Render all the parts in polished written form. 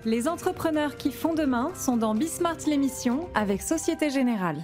Les entrepreneurs qui font demain sont dans Bismart l'émission avec Société Générale.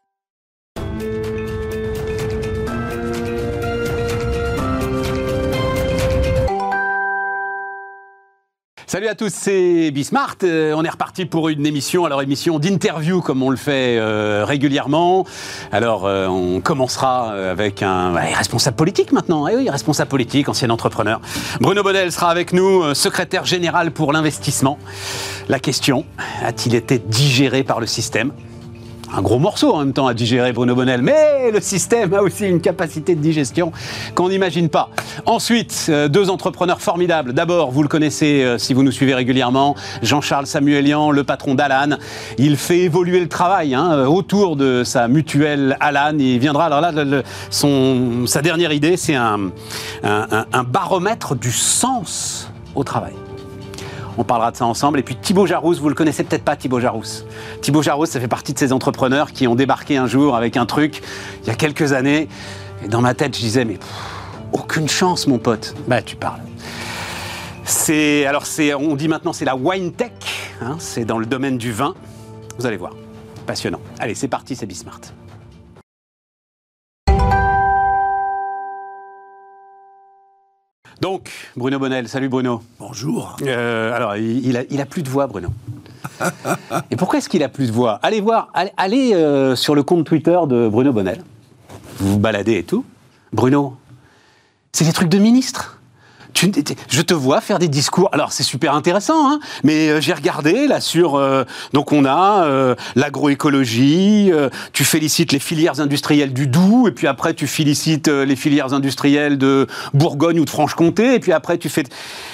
Salut à tous, c'est Bismart. On est reparti pour une émission d'interview comme on le fait régulièrement. Alors on commencera avec un responsable politique maintenant. Eh oui, responsable politique, ancien entrepreneur. Bruno Bonnell sera avec nous, secrétaire général pour l'investissement. La question, a-t-il été digéré par le système ? Un gros morceau en même temps à digérer, Bruno Bonnell, mais le système a aussi une capacité de digestion qu'on n'imagine pas. Ensuite, deux entrepreneurs formidables. D'abord, vous le connaissez si vous nous suivez régulièrement, Jean-Charles Samuelian, le patron d'Alan. Il fait évoluer le travail autour de sa mutuelle Alan. Il viendra, alors là, sa dernière idée, c'est un baromètre du sens au travail. On parlera de ça ensemble. Et puis Thibaut Jarousse, vous le connaissez peut-être pas, Thibaut Jarousse. Thibaut Jarousse, ça fait partie de ces entrepreneurs qui ont débarqué un jour avec un truc, il y a quelques années. Et dans ma tête, je disais, mais aucune chance, mon pote. Bah, tu parles. On dit maintenant, c'est la wine tech. C'est dans le domaine du vin. Vous allez voir. Passionnant. Allez, c'est parti, c'est Bismart. Donc, Bruno Bonnell, salut Bruno. Bonjour. Alors, il a plus de voix, Bruno. Et pourquoi est-ce qu'il a plus de voix ? Allez sur le compte Twitter de Bruno Bonnell. Vous vous baladez et tout. Bruno, c'est des trucs de ministre. Je te vois faire des discours. Alors, c'est super intéressant, mais j'ai regardé là sur... donc, on a l'agroécologie, tu félicites les filières industrielles du Doubs, et puis après, tu félicites les filières industrielles de Bourgogne ou de Franche-Comté, et puis après, tu fais...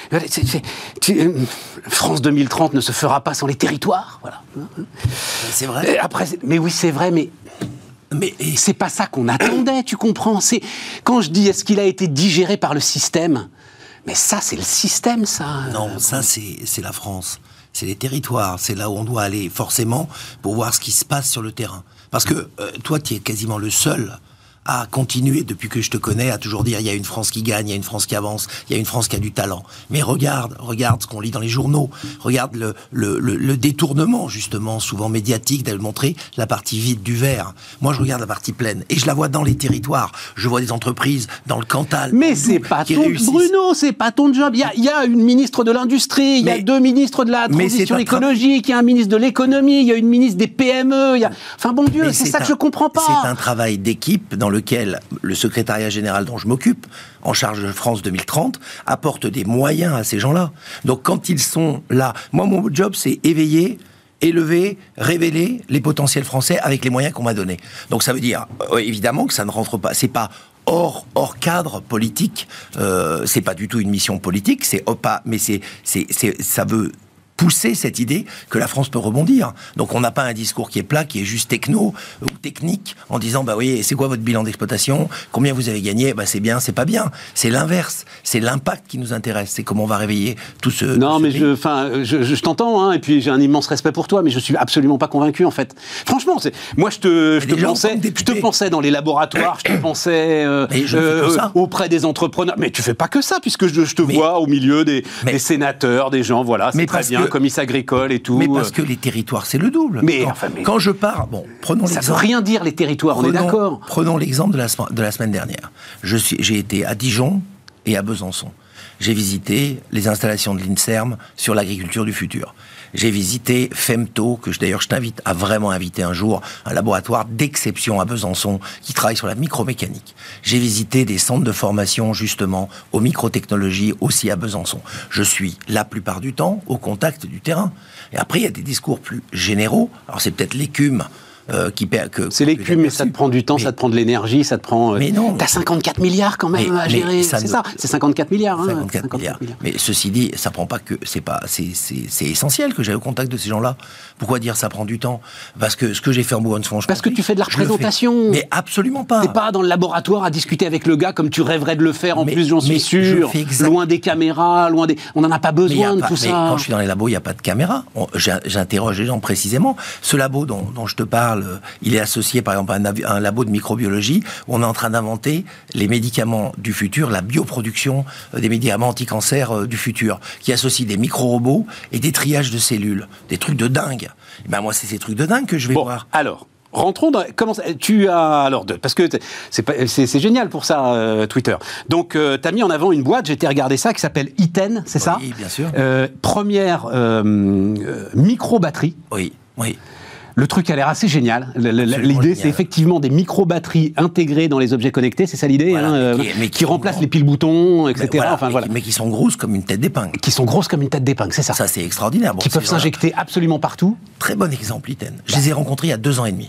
France 2030 ne se fera pas sans les territoires, voilà. C'est vrai. Mais oui, c'est vrai, mais c'est pas ça qu'on attendait, tu comprends. Quand je dis est-ce qu'il a été digéré par le système, mais ça, c'est le système, ça. Non, ça, c'est la France. C'est les territoires. C'est là où on doit aller, forcément, pour voir ce qui se passe sur le terrain. Parce que toi, tu es quasiment le seul à continuer, depuis que je te connais, à toujours dire il y a une France qui gagne, il y a une France qui avance, il y a une France qui a du talent. Mais regarde ce qu'on lit dans les journaux. Regarde le détournement, justement, souvent médiatique, d'aller montrer la partie vide du verre. Moi, je regarde la partie pleine. Et je la vois dans les territoires. Je vois des entreprises dans le Cantal. Mais c'est pas ton... Bruno, c'est pas ton job. Il y a une ministre de l'Industrie, il y a deux ministres de la transition écologique, il y a un ministre de l'Économie, il y a une ministre des PME, Enfin, bon Dieu, c'est ça que je comprends pas. C'est un travail d'équipe dans lequel le secrétariat général dont je m'occupe, en charge de France 2030, apporte des moyens à ces gens-là. Donc quand ils sont là, moi mon job c'est éveiller, élever, révéler les potentiels français avec les moyens qu'on m'a donnés. Donc ça veut dire évidemment que ça ne rentre pas, c'est pas hors cadre politique, c'est pas du tout une mission politique, mais ça veut pousser cette idée que la France peut rebondir. Donc on n'a pas un discours qui est plat, qui est juste techno ou technique, en disant bah oui, c'est quoi votre bilan d'exploitation, combien vous avez gagné, bah c'est bien, c'est pas bien. C'est l'inverse, c'est l'impact qui nous intéresse, c'est comment on va réveiller tout ce... Non mais je t'entends, et puis j'ai un immense respect pour toi, mais je suis absolument pas convaincu en fait. Franchement, moi je te pensais dans les laboratoires, je te pensais auprès des entrepreneurs, mais tu fais pas que ça, puisque je te vois au milieu des sénateurs, des gens, voilà, c'est très bien. Commis agricole et tout. Mais parce que les territoires, c'est le double. Quand je pars, prenons l'exemple. Ça veut rien dire, les territoires, on est d'accord. Prenons l'exemple de la semaine dernière. J'ai été à Dijon et à Besançon. J'ai visité les installations de l'INSERM sur l'agriculture du futur. J'ai visité Femto, que d'ailleurs je t'invite à vraiment inviter un jour, un laboratoire d'exception à Besançon qui travaille sur la micromécanique. J'ai visité des centres de formation justement aux microtechnologies aussi à Besançon. Je suis la plupart du temps au contact du terrain. Et après il y a des discours plus généraux. Alors c'est peut-être l'écume. C'est l'écume, mais ça te prend du temps, ça te prend de l'énergie, ça te prend... Mais non. T'as 54 milliards quand même à gérer, c'est ça, c'est 54 milliards. 54 milliards. Mais ceci dit, ça prend pas que... C'est essentiel que j'aille au contact de ces gens-là. Pourquoi dire ça prend du temps ? Parce que ce que j'ai fait en Bourgogne-Franche-Comté... Parce que tu fais de la représentation. Mais absolument pas. T'es pas dans le laboratoire à discuter avec le gars comme tu rêverais de le faire, plus j'en suis sûr, loin des caméras, on n'en a pas besoin de tout ça. Quand je suis dans les labos, il n'y a pas de caméra. J'interroge les gens précisément. Ce labo dont je te parle, parle, il est associé par exemple à un labo de microbiologie où on est en train d'inventer les médicaments du futur, la bioproduction des médicaments anti-cancer du futur, qui associe des micro-robots et des triages de cellules. Des trucs de dingue. Et ben moi, c'est ces trucs de dingue que je vais voir. Alors, rentrons dans... Tu as... Alors, parce que c'est génial pour ça, Twitter. Donc, tu as mis en avant une boîte, j'ai été regarder ça, qui s'appelle Iten, c'est ça ? Oui, bien sûr. Première micro-batterie. Oui, oui. Le truc a l'air assez génial. L'idée, c'est effectivement des micro-batteries intégrées dans les objets connectés, c'est ça l'idée, voilà, hein, qui remplacent les piles-boutons, etc. Voilà, mais qui sont grosses comme une tête d'épingle. Qui sont grosses comme une tête d'épingle, c'est ça. Ça, c'est extraordinaire. Bon, qui peuvent s'injecter absolument partout. Très bon exemple, Iten. Je les ai rencontrés il y a 2 ans et demi.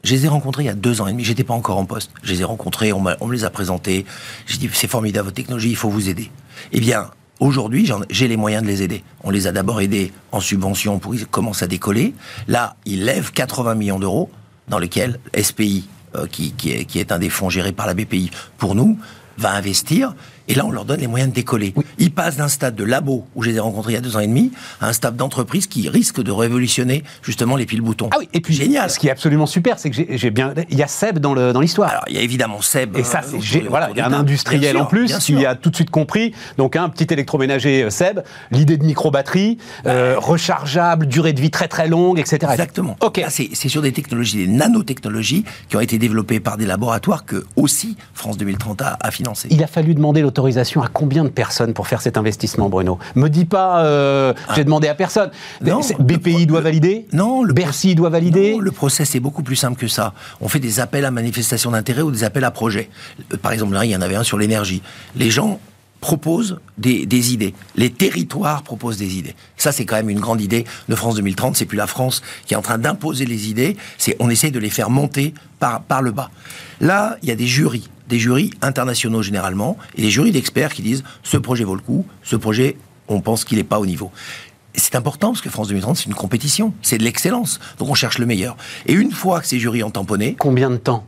J'étais pas encore en poste. Je les ai rencontrés, on me les a présentés. J'ai dit, c'est formidable, votre technologie, il faut vous aider. Eh bien, aujourd'hui, j'ai les moyens de les aider. On les a d'abord aidés en subvention pour qu'ils commencent à décoller. Là, ils lèvent 80 millions d'euros, dans lesquels SPI, qui est un des fonds gérés par la BPI, pour nous, va investir. Et là, on leur donne les moyens de décoller. Oui. Ils passent d'un stade de labo, où je les ai rencontrés il y a 2 ans et demi, à un stade d'entreprise qui risque de révolutionner justement les piles-boutons. Ah oui, et puis génial. Ce qui est absolument super, c'est que il y a Seb dans l'histoire. Alors, il y a évidemment Seb. Et ça, voilà, il y a un industriel en plus qui a tout de suite compris. Donc, un petit électroménager Seb, l'idée de micro-batterie, rechargeable, durée de vie très très longue, etc. Exactement. Ok. Là, c'est sur des technologies, des nanotechnologies qui ont été développées par des laboratoires que aussi France 2030 a financé. Il a fallu demander l'autorisation à combien de personnes pour faire cet investissement, Bruno ? Me dis pas, j'ai demandé à personne. Non, BPI doit valider ? Non. Bercy doit valider ? Non, le process est beaucoup plus simple que ça. On fait des appels à manifestation d'intérêt ou des appels à projet. Par exemple, là, il y en avait un sur l'énergie. Les gens proposent des idées. Les territoires proposent des idées. Ça, c'est quand même une grande idée de France 2030. C'est plus la France qui est en train d'imposer les idées. On essaie de les faire monter par le bas. Là, il y a des jurys internationaux généralement, et des jurys d'experts qui disent « ce projet vaut le coup, ce projet, on pense qu'il n'est pas au niveau ». C'est important parce que France 2030, c'est une compétition, c'est de l'excellence. Donc on cherche le meilleur. Et une fois que ces jurys ont tamponné... Combien de temps ?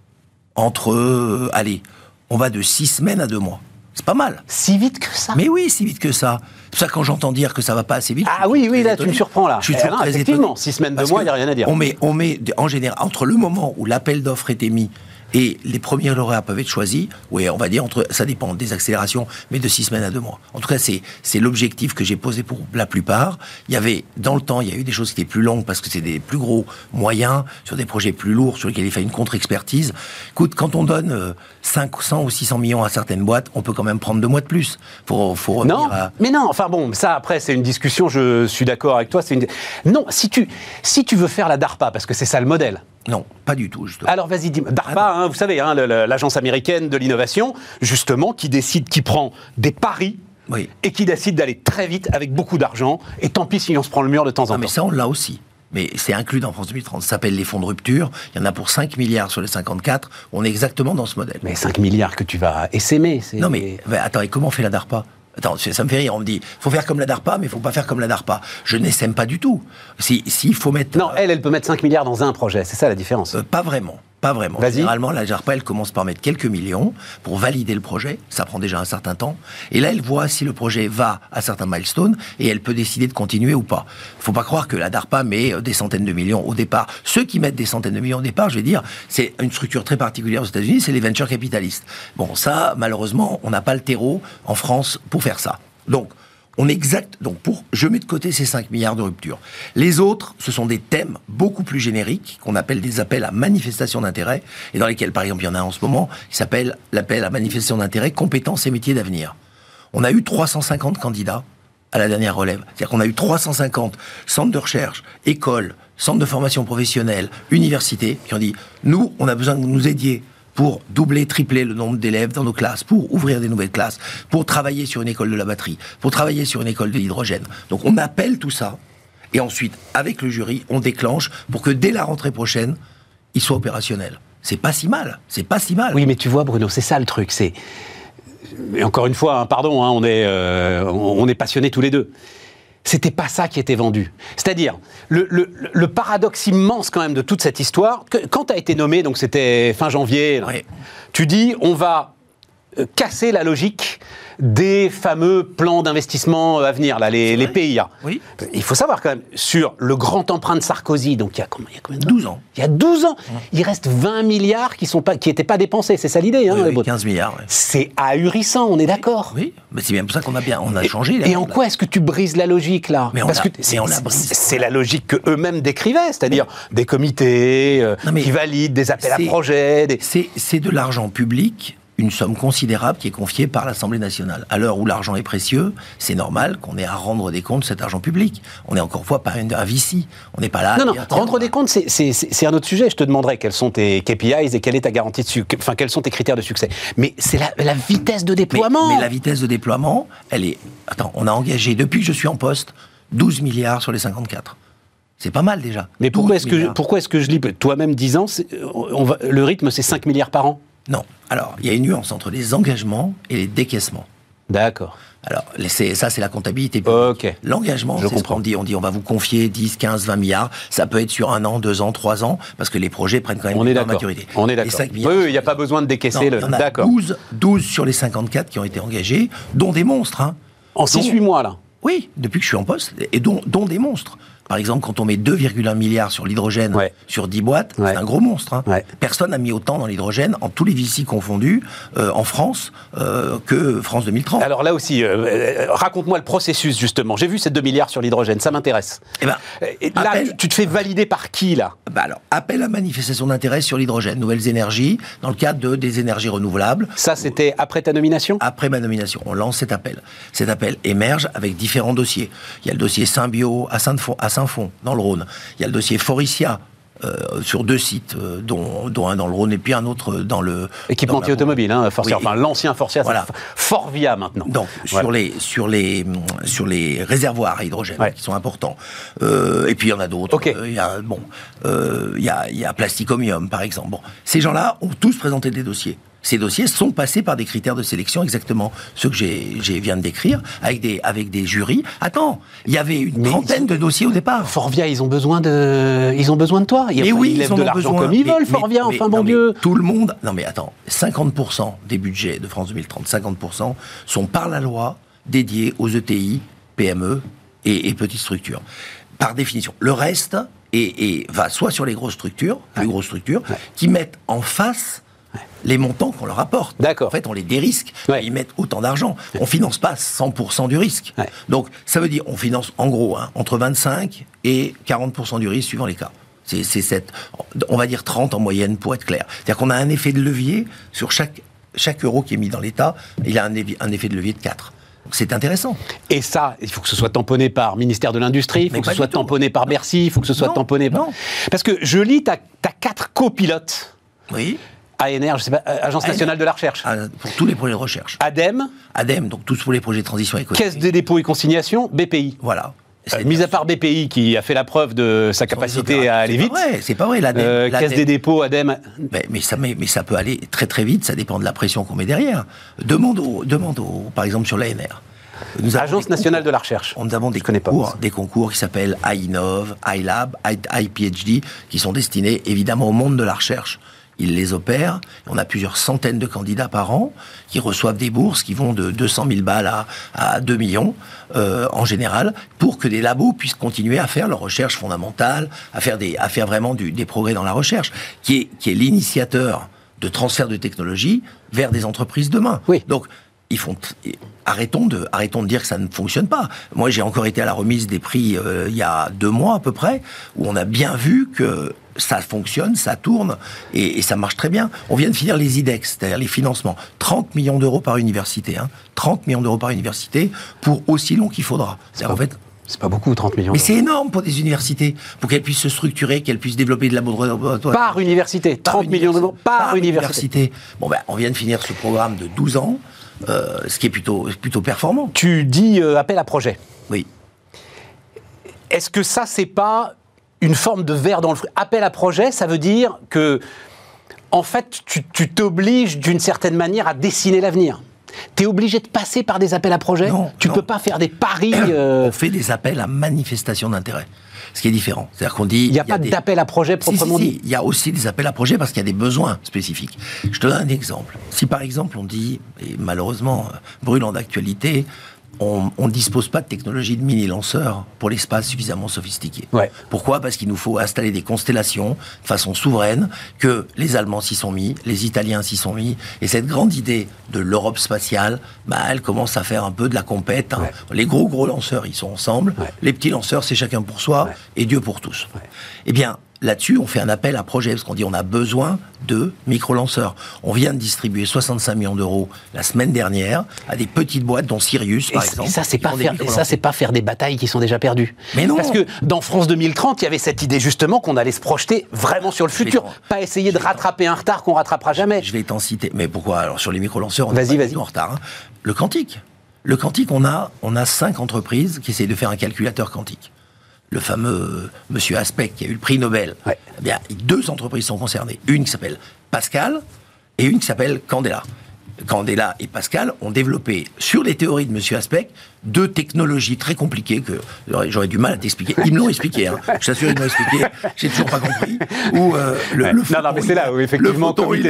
Entre... on va de 6 semaines à 2 mois. C'est pas mal. Si vite que ça ? Mais oui, si vite que ça. C'est pour ça que quand j'entends dire que ça va pas assez vite... Ah oui, là, tu me surprends là. Je suis très effectivement, 6 semaines, 2 mois, il n'y a rien à dire. On met en général, entre le moment où l'appel d'offres est émis et les premiers lauréats peuvent être choisis, oui, on va dire, ça dépend des accélérations, mais de 6 semaines à 2 mois. En tout cas, c'est l'objectif que j'ai posé pour la plupart. Dans le temps, il y a eu des choses qui étaient plus longues parce que c'est des plus gros moyens, sur des projets plus lourds, sur lesquels il fallait une contre-expertise. Écoute, quand on donne 500 ou 600 millions à certaines boîtes, on peut quand même prendre 2 mois de plus. Faut revenir mais non, enfin bon, ça après, c'est une discussion, je suis d'accord avec toi. Non, si tu veux faire la DARPA, parce que c'est ça le modèle. Non, pas du tout, justement. Alors vas-y, dis-moi. DARPA, vous savez, l'agence américaine de l'innovation, justement, qui prend des paris, oui, et qui décide d'aller très vite avec beaucoup d'argent, et tant pis si on se prend le mur de temps en temps. Mais ça, on l'a aussi. Mais c'est inclus dans France 2030. Ça s'appelle les fonds de rupture. Il y en a pour 5 milliards sur les 54. On est exactement dans ce modèle. Mais 5 milliards que tu vas essaimer. Non, mais attends, et comment on fait la DARPA ? Attends, ça me fait rire, on me dit, faut faire comme la DARPA, mais faut pas faire comme la DARPA. Je n'essaime pas du tout. S'il faut mettre... Non, elle peut mettre 5 milliards dans un projet, c'est ça la différence. Pas vraiment. Généralement, la DARPA, elle commence par mettre quelques millions pour valider le projet. Ça prend déjà un certain temps. Et là, elle voit si le projet va à certains milestones et elle peut décider de continuer ou pas. Faut pas croire que la DARPA met des centaines de millions au départ. Ceux qui mettent des centaines de millions au départ, je vais dire, c'est une structure très particulière aux États-Unis, c'est les venture capitalistes. Bon, ça, malheureusement, on n'a pas le terreau en France pour faire ça. Donc, je mets de côté ces 5 milliards de rupture. Les autres, ce sont des thèmes beaucoup plus génériques, qu'on appelle des appels à manifestation d'intérêt, et dans lesquels, par exemple, il y en a un en ce moment, qui s'appelle l'appel à manifestation d'intérêt, compétences et métiers d'avenir. On a eu 350 candidats à la dernière relève. C'est-à-dire qu'on a eu 350 centres de recherche, écoles, centres de formation professionnelle, universités, qui ont dit, nous, on a besoin que vous nous aidiez pour doubler, tripler le nombre d'élèves dans nos classes, pour ouvrir des nouvelles classes, pour travailler sur une école de la batterie, pour travailler sur une école de l'hydrogène. Donc on appelle tout ça, et ensuite, avec le jury, on déclenche pour que dès la rentrée prochaine, il soit opérationnel. C'est pas si mal. Oui, mais tu vois, Bruno, c'est ça le truc, Et encore une fois, pardon, on est passionnés tous les deux. C'était pas ça qui était vendu. C'est-à-dire, le paradoxe immense quand même de toute cette histoire, quand tu as été nommé, donc c'était fin janvier, là, oui, tu dis, on va casser la logique des fameux plans d'investissement à venir, là, les PIA. Oui. Il faut savoir quand même, sur le grand emprunt de Sarkozy, donc il y a combien de temps ? 12 ans. Il y a 12 ans. Il reste 20 milliards qui n'étaient pas dépensés, c'est ça l'idée. Hein, Oui, 15 milliards. Ouais. C'est ahurissant, on est d'accord. Oui, mais c'est bien pour ça qu'on a changé. Et en quoi est-ce que tu brises la logique, là ? Parce que brisé. c'est la logique qu'eux-mêmes décrivaient, c'est-à-dire des comités qui valident, des appels à projets. C'est de l'argent public, une somme considérable qui est confiée par l'Assemblée nationale. À l'heure où l'argent est précieux, c'est normal qu'on ait à rendre des comptes de cet argent public. On n'est encore une fois pas un vici. On n'est pas là... Non, rendre des comptes, c'est un autre sujet. Je te demanderai quels sont tes KPIs et quelle est ta garantie de succès. Enfin, quels sont tes critères de succès. Mais c'est la vitesse de déploiement. Mais la vitesse de déploiement, elle est... Attends, on a engagé, depuis que je suis en poste, 12 milliards sur les 54. C'est pas mal déjà. Mais pourquoi est-ce que je lis toi-même 10 ans, le rythme c'est 5 milliards par an ? Non. Alors, il y a une nuance entre les engagements et les décaissements. D'accord. Alors, ça, c'est la comptabilité publique. Okay. L'engagement, c'est ce qu'on dit. On dit, on va vous confier 10, 15, 20 milliards. Ça peut être sur 1 an, 2 ans, 3 ans, parce que les projets prennent quand même une maturité. On est d'accord. Oui, il n'y a pas besoin de décaisser. Il y en a 12 sur les 54 qui ont été engagés, dont des monstres. Hein. En 6-8 mois, là. Oui, depuis que je suis en poste, et dont des monstres. Par exemple, quand on met 2,1 milliards sur l'hydrogène sur 10 boîtes, c'est un gros monstre. Hein. Ouais. Personne n'a mis autant dans l'hydrogène, en tous les VC confondus, en France, que France 2030. Alors là aussi, raconte-moi le processus, justement. J'ai vu ces 2 milliards sur l'hydrogène, ça m'intéresse. Là, tu te fais valider par qui, là ? Alors, appel à manifestation d'intérêt sur l'hydrogène, nouvelles énergies, dans le cadre des énergies renouvelables. Ça, c'était après ta nomination ? Après ma nomination. On lance cet appel. Cet appel émerge avec différents dossiers. Il y a le dossier Symbio à Saint-Fond, dans le Rhône. Il y a le dossier Foricia, sur 2 sites, dont un dans le Rhône et puis un autre dans le... Équipementier automobile, hein, Forcia, enfin l'ancien Forcia, voilà. Forvia maintenant. Donc, voilà. sur les réservoirs à hydrogène, qui sont importants. Et puis il y en a d'autres. Okay. Il y a Plasticomium, par exemple. Bon, ces gens-là ont tous présenté des dossiers. Ces dossiers sont passés par des critères de sélection, exactement ceux que j'ai viens de décrire, avec des jurys. Attends, il y avait une trentaine de dossiers au départ. Forvia, ils ont besoin de toi. Ils lèvent de l'argent comme ils veulent, Forvia, bon Dieu. Tout le monde... Non mais attends, 50% des budgets de France 2030, 50% sont par la loi dédiés aux ETI, PME et petites structures. Par définition. Le reste va soit sur les grosses structures, qui mettent en face les montants qu'on leur apporte. D'accord. En fait, on les dérisque. Ils mettent autant d'argent. On finance pas 100% du risque. Donc, ça veut dire, on finance en gros entre 25 et 40% du risque, suivant les cas. On va dire 30 en moyenne, pour être clair. C'est-à-dire qu'on a un effet de levier sur chaque euro qui est mis dans l'État. Il a un effet de levier de 4. C'est intéressant. Et ça, il faut que ce soit tamponné par ministère de l'Industrie, il faut que ce soit tamponné par Bercy, il faut que ce soit tamponné par... Parce que je lis, t'as 4 copilotes. Oui. ANR, je sais pas, Agence nationale de la recherche. Pour tous les projets de recherche. ADEME, donc tous pour les projets de transition écologique. Caisse des dépôts et consignations, BPI. Voilà. Mis à part BPI, qui a fait la preuve de sa capacité à aller vite. C'est pas vrai, l'ADEME. Caisse des dépôts, ADEME. Mais ça peut aller très très vite, ça dépend de la pression qu'on met derrière. Demande par exemple sur l'ANR. Agence nationale de la recherche. Nous avons des concours qui s'appellent iInnov, iLab, iPhD, qui sont destinés évidemment au monde de la recherche. Ils les opèrent. On a plusieurs centaines de candidats par an qui reçoivent des bourses qui vont de 200 000 balles à 2 millions en général, pour que des labos puissent continuer à faire leur recherche fondamentale, à faire vraiment des progrès dans la recherche, qui est l'initiateur de transfert de technologie vers des entreprises demain. Oui. Donc, arrêtons de dire que ça ne fonctionne pas. Moi, j'ai encore été à la remise des prix il y a 2 mois à peu près, où on a bien vu que ça fonctionne, ça tourne, et ça marche très bien. On vient de finir les IDEX, c'est-à-dire les financements. 30 millions d'euros par université. 30 millions d'euros par université pour aussi long qu'il faudra. C'est pas beaucoup, 30 millions. Mais c'est énorme pour des universités, pour qu'elles puissent se structurer, qu'elles puissent développer de laboratoires. Par université, 30 millions d'euros par université. Bon, on vient de finir ce programme de 12 ans, ce qui est plutôt performant. Tu dis appel à projet. Oui. Est-ce que ça, c'est pas une forme de verre dans le fruit ? Appel à projet, ça veut dire que, en fait, tu t'obliges d'une certaine manière à dessiner l'avenir. T'es obligé de passer par des appels à projets ? Non, tu non. peux pas faire des paris... On fait des appels à manifestation d'intérêt. Ce qui est différent. C'est-à-dire qu'on dit... Il n'y a pas d'appel à projet proprement dit. Il y a aussi des appels à projet parce qu'il y a des besoins spécifiques. Je te donne un exemple. Si par exemple on dit, et malheureusement brûlant d'actualité, on ne dispose pas de technologie de mini-lanceurs pour l'espace suffisamment sophistiquée. Ouais. Pourquoi ? Parce qu'il nous faut installer des constellations de façon souveraine, que les Allemands s'y sont mis, les Italiens s'y sont mis, et cette grande idée de l'Europe spatiale, elle commence à faire un peu de la compète. Ouais. Les gros lanceurs, ils sont ensemble, les petits lanceurs, c'est chacun pour soi, et Dieu pour tous. Ouais. Eh bien, là-dessus, on fait un appel à projet, parce qu'on dit on a besoin de micro-lanceurs. On vient de distribuer 65 millions d'euros la semaine dernière à des petites boîtes, dont Sirius, par exemple. Et ça, c'est pas faire des batailles qui sont déjà perdues. Mais non. Parce que dans France 2030, il y avait cette idée justement qu'on allait se projeter vraiment sur le futur. Pas essayer de rattraper un retard qu'on rattrapera jamais. Je vais t'en citer. Mais pourquoi ? Alors, sur les micro-lanceurs, on est pas en retard. Hein. Le quantique. Le quantique, on a 5 entreprises qui essayent de faire un calculateur quantique. Le fameux monsieur Aspect qui a eu le prix Nobel. Ouais. Eh bien, 2 entreprises sont concernées. Une qui s'appelle Pascal et une qui s'appelle Candela. Candela et Pascal ont développé, sur les théories de monsieur Aspect, 2 technologies très compliquées que j'aurais du mal à t'expliquer. Ils me l'ont expliqué, hein. Je t'assure, ils me l'ont expliqué. J'ai toujours pas compris. Ou non, mais c'est là où effectivement le comité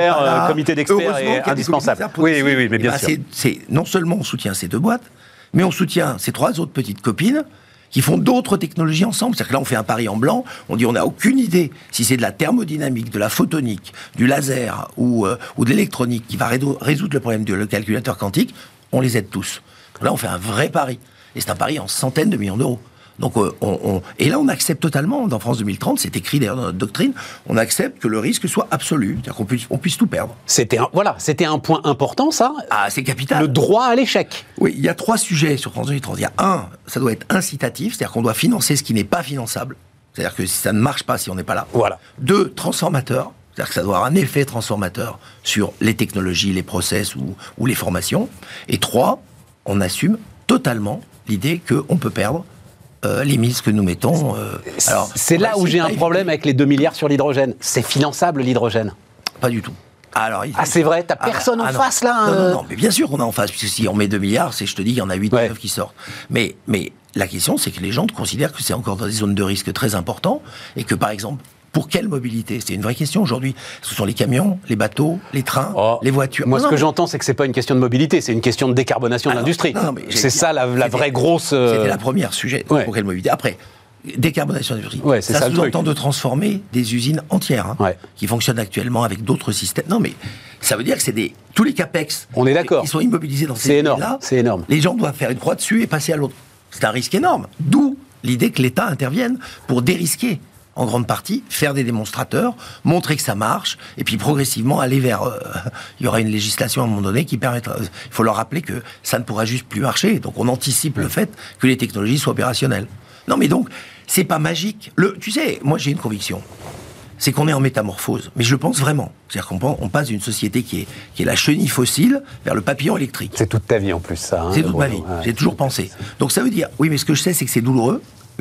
d'experts est indispensable. Oui, mais bien sûr. Non seulement on soutient ces 2 boîtes, mais on soutient ces 3 autres petites copines qui font d'autres technologies ensemble. C'est-à-dire que là, on fait un pari en blanc, on dit on n'a aucune idée si c'est de la thermodynamique, de la photonique, du laser ou de l'électronique qui va résoudre le problème du calculateur quantique, on les aide tous. Là, on fait un vrai pari. Et c'est un pari en centaines de millions d'euros. Donc, et là, on accepte totalement, dans France 2030, c'est écrit d'ailleurs dans notre doctrine, on accepte que le risque soit absolu, c'est-à-dire qu'on puisse tout perdre. C'était un point important, ça. Ah, c'est capital. Le droit à l'échec. Oui, il y a 3 sujets sur France 2030. Il y a un, ça doit être incitatif, c'est-à-dire qu'on doit financer ce qui n'est pas finançable, c'est-à-dire que si ça ne marche pas, si on n'est pas là. Voilà. 2, transformateur, c'est-à-dire que ça doit avoir un effet transformateur sur les technologies, les process ou les formations. Et 3, on assume totalement l'idée qu'on peut perdre les mises que nous mettons. Alors, c'est là où j'ai un problème avec les 2 milliards sur l'hydrogène. C'est finançable, l'hydrogène ? Pas du tout. Alors, c'est vrai, t'as personne en face, là Non, mais bien sûr qu'on est en face, puisque si on met 2 milliards, je te dis, il y en a 8 ou 9 qui sortent. Mais la question, c'est que les gens considèrent que c'est encore dans des zones de risque très importantes, et que, par exemple, pour quelle mobilité ? C'est une vraie question aujourd'hui. Ce sont les camions, les bateaux, les trains, les voitures. Moi, ce que j'entends, c'est que c'est pas une question de mobilité, c'est une question de décarbonation de l'industrie. C'est ça la vraie grosse... C'était la première sujet. Pour quelle mobilité ? Après, décarbonation de l'industrie. Ça sous-entend de transformer des usines entières qui fonctionnent actuellement avec d'autres systèmes. Non, mais ça veut dire que c'est tous les CAPEX qui sont immobilisés dans ces pays-là. C'est énorme. Les gens doivent faire une croix dessus et passer à l'autre. C'est un risque énorme. D'où l'idée que l'État intervienne pour dérisquer en grande partie, faire des démonstrateurs, montrer que ça marche, et puis progressivement aller vers... il y aura une législation à un moment donné qui permettra... Il faut leur rappeler que ça ne pourra juste plus marcher. Donc on anticipe le fait que les technologies soient opérationnelles. Non mais donc, c'est pas magique. Tu sais, moi j'ai une conviction. C'est qu'on est en métamorphose. Mais je le pense vraiment. C'est-à-dire qu'on passe d'une société qui est la chenille fossile vers le papillon électrique. C'est toute ta vie en plus, ça. C'est toute ma vie. J'ai toujours pensé. Donc ça veut dire... Oui, mais ce que je sais, c'est que c'est douloureux.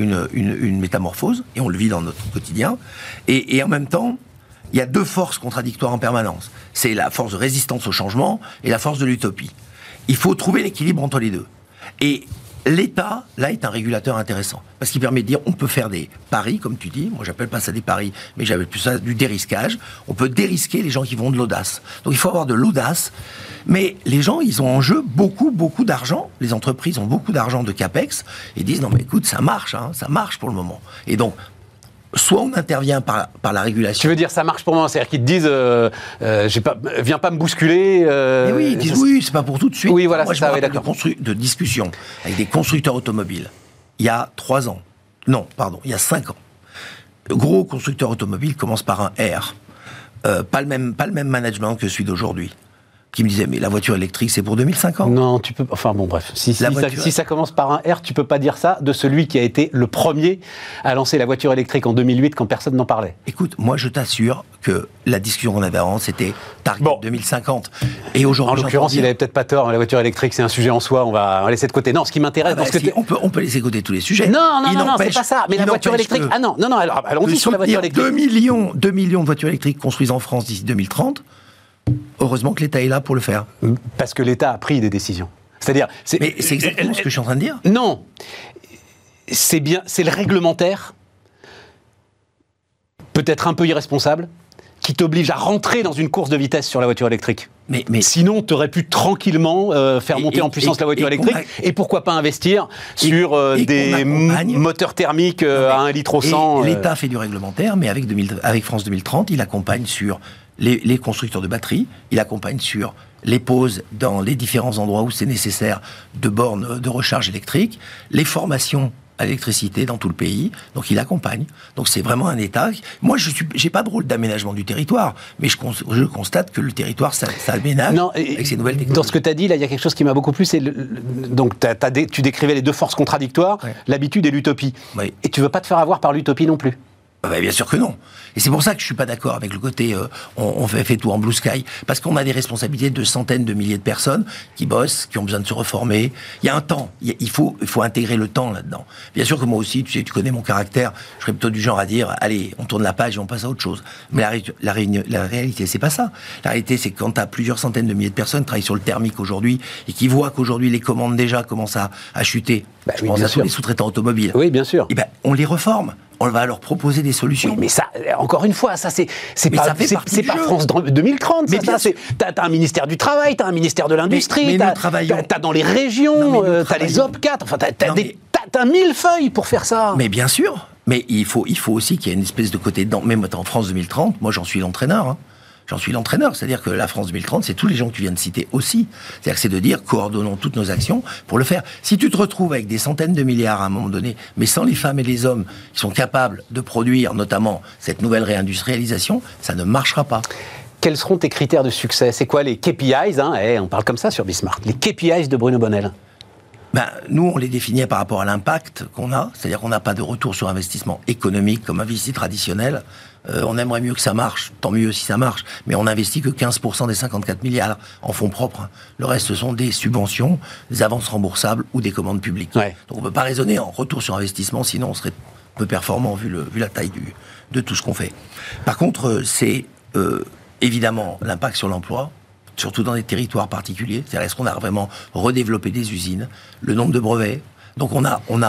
Une métamorphose, et on le vit dans notre quotidien, et en même temps, il y a 2 forces contradictoires en permanence. C'est la force de résistance au changement et la force de l'utopie. Il faut trouver l'équilibre entre les 2. Et l'État, là, est un régulateur intéressant, parce qu'il permet de dire, on peut faire des paris, comme tu dis, moi j'appelle pas ça des paris, mais j'appelle plus ça du dérisquage, on peut dérisquer les gens qui vont de l'audace. Donc il faut avoir de l'audace, mais les gens, ils ont en jeu beaucoup d'argent, les entreprises ont beaucoup d'argent de CAPEX, et disent, non mais écoute, ça marche pour le moment. Et donc, soit on intervient par la régulation. Tu veux dire ça marche pour moi, c'est-à-dire qu'ils te disent viens pas me bousculer. Mais oui, ils disent oui, c'est pas pour tout de suite. Oui, voilà, moi, c'est ça, oui, d'accord. De discussion avec des constructeurs automobiles il y a 3 ans. Non, pardon, il y a 5 ans. Le gros constructeur automobile commence par un R. Pas le même management que celui d'aujourd'hui. Qui me disait, mais la voiture électrique, c'est pour 2050. Non, tu peux... Enfin bon, bref. Si ça commence par un R, tu peux pas dire ça de celui qui a été le premier à lancer la voiture électrique en 2008 quand personne n'en parlait. Écoute, moi, je t'assure que la discussion qu'on avait avant, c'était Target 2050. Et aujourd'hui... En l'occurrence, il avait peut-être pas tort. La voiture électrique, c'est un sujet en soi. On va laisser de côté. Non, ce qui m'intéresse... on peut laisser de côté tous les sujets. Non, c'est pas ça. Mais la voiture électrique... Ah non, allons-y sur la voiture électrique. 2 millions de voitures électriques construites en France d'ici 2030... heureusement que l'État est là pour le faire. Parce que l'État a pris des décisions. C'est-à-dire... Mais c'est exactement ce que je suis en train de dire. Non. C'est le réglementaire, peut-être un peu irresponsable, qui t'oblige à rentrer dans une course de vitesse sur la voiture électrique. Mais sinon, tu aurais pu tranquillement faire monter en puissance la voiture électrique. Et pourquoi pas investir sur des moteurs thermiques à 1 litre au 100 L'État fait du réglementaire, mais avec France 2030, il accompagne sur les constructeurs de batteries, il accompagne sur les poses dans les différents endroits où c'est nécessaire de bornes de recharge électrique, les formations à l'électricité dans tout le pays, donc il accompagne. Donc c'est vraiment un État. Moi, j'ai pas de rôle d'aménagement du territoire, mais je constate que le territoire, ça aménage avec ces nouvelles technologies. Dans ce que tu as dit, là, il y a quelque chose qui m'a beaucoup plu, c'est donc tu décrivais les deux forces contradictoires, l'habitude et l'utopie. Oui. Et tu veux pas te faire avoir par l'utopie non plus. Bien sûr que non. Et c'est pour ça que je suis pas d'accord avec le côté on fait tout en blue sky, parce qu'on a des responsabilités de centaines de milliers de personnes qui bossent, qui ont besoin de se reformer. Il y a un temps, il faut intégrer le temps là-dedans. Bien sûr que moi aussi, tu connais mon caractère, je serais plutôt du genre à dire allez, on tourne la page et on passe à autre chose. Mais la réalité, c'est pas ça. La réalité, c'est que quand tu as plusieurs centaines de milliers de personnes qui travaillent sur le thermique aujourd'hui et qui voient qu'aujourd'hui les commandes déjà commencent à chuter, je pense à tous les sous-traitants automobiles. Oui, bien sûr. Et on les reforme. On va leur proposer des solutions. Oui, mais ça, encore une fois, ça c'est pas France 2030. T'as un ministère du Travail, t'as un ministère de l'Industrie, t'as dans les régions, t'as les OP4, enfin t'as 1000 feuilles pour faire ça. Mais bien sûr, mais il faut aussi qu'il y ait une espèce de côté dedans. Même en France 2030, moi j'en suis l'entraîneur. Hein. J'en suis l'entraîneur, c'est-à-dire que la France 2030, c'est tous les gens que tu viens de citer aussi. C'est-à-dire que c'est de dire, coordonnons toutes nos actions pour le faire. Si tu te retrouves avec des centaines de milliards à un moment donné, mais sans les femmes et les hommes qui sont capables de produire, notamment cette nouvelle réindustrialisation, ça ne marchera pas. Quels seront tes critères de succès? C'est quoi les KPIs on parle comme ça sur Bismart. Les KPIs de Bruno Bonnel. Nous, on les définit par rapport à l'impact qu'on a, c'est-à-dire qu'on n'a pas de retour sur investissement économique comme investit traditionnel. On aimerait mieux que ça marche, tant mieux si ça marche, mais on n'investit que 15% des 54 milliards en fonds propres. Le reste, ce sont des subventions, des avances remboursables ou des commandes publiques. Ouais. Donc on ne peut pas raisonner en retour sur investissement, sinon on serait peu performant vu la taille de tout ce qu'on fait. Par contre, c'est évidemment l'impact sur l'emploi, surtout dans des territoires particuliers. C'est-à-dire, est-ce qu'on a vraiment redéveloppé des usines, le nombre de brevets. Donc on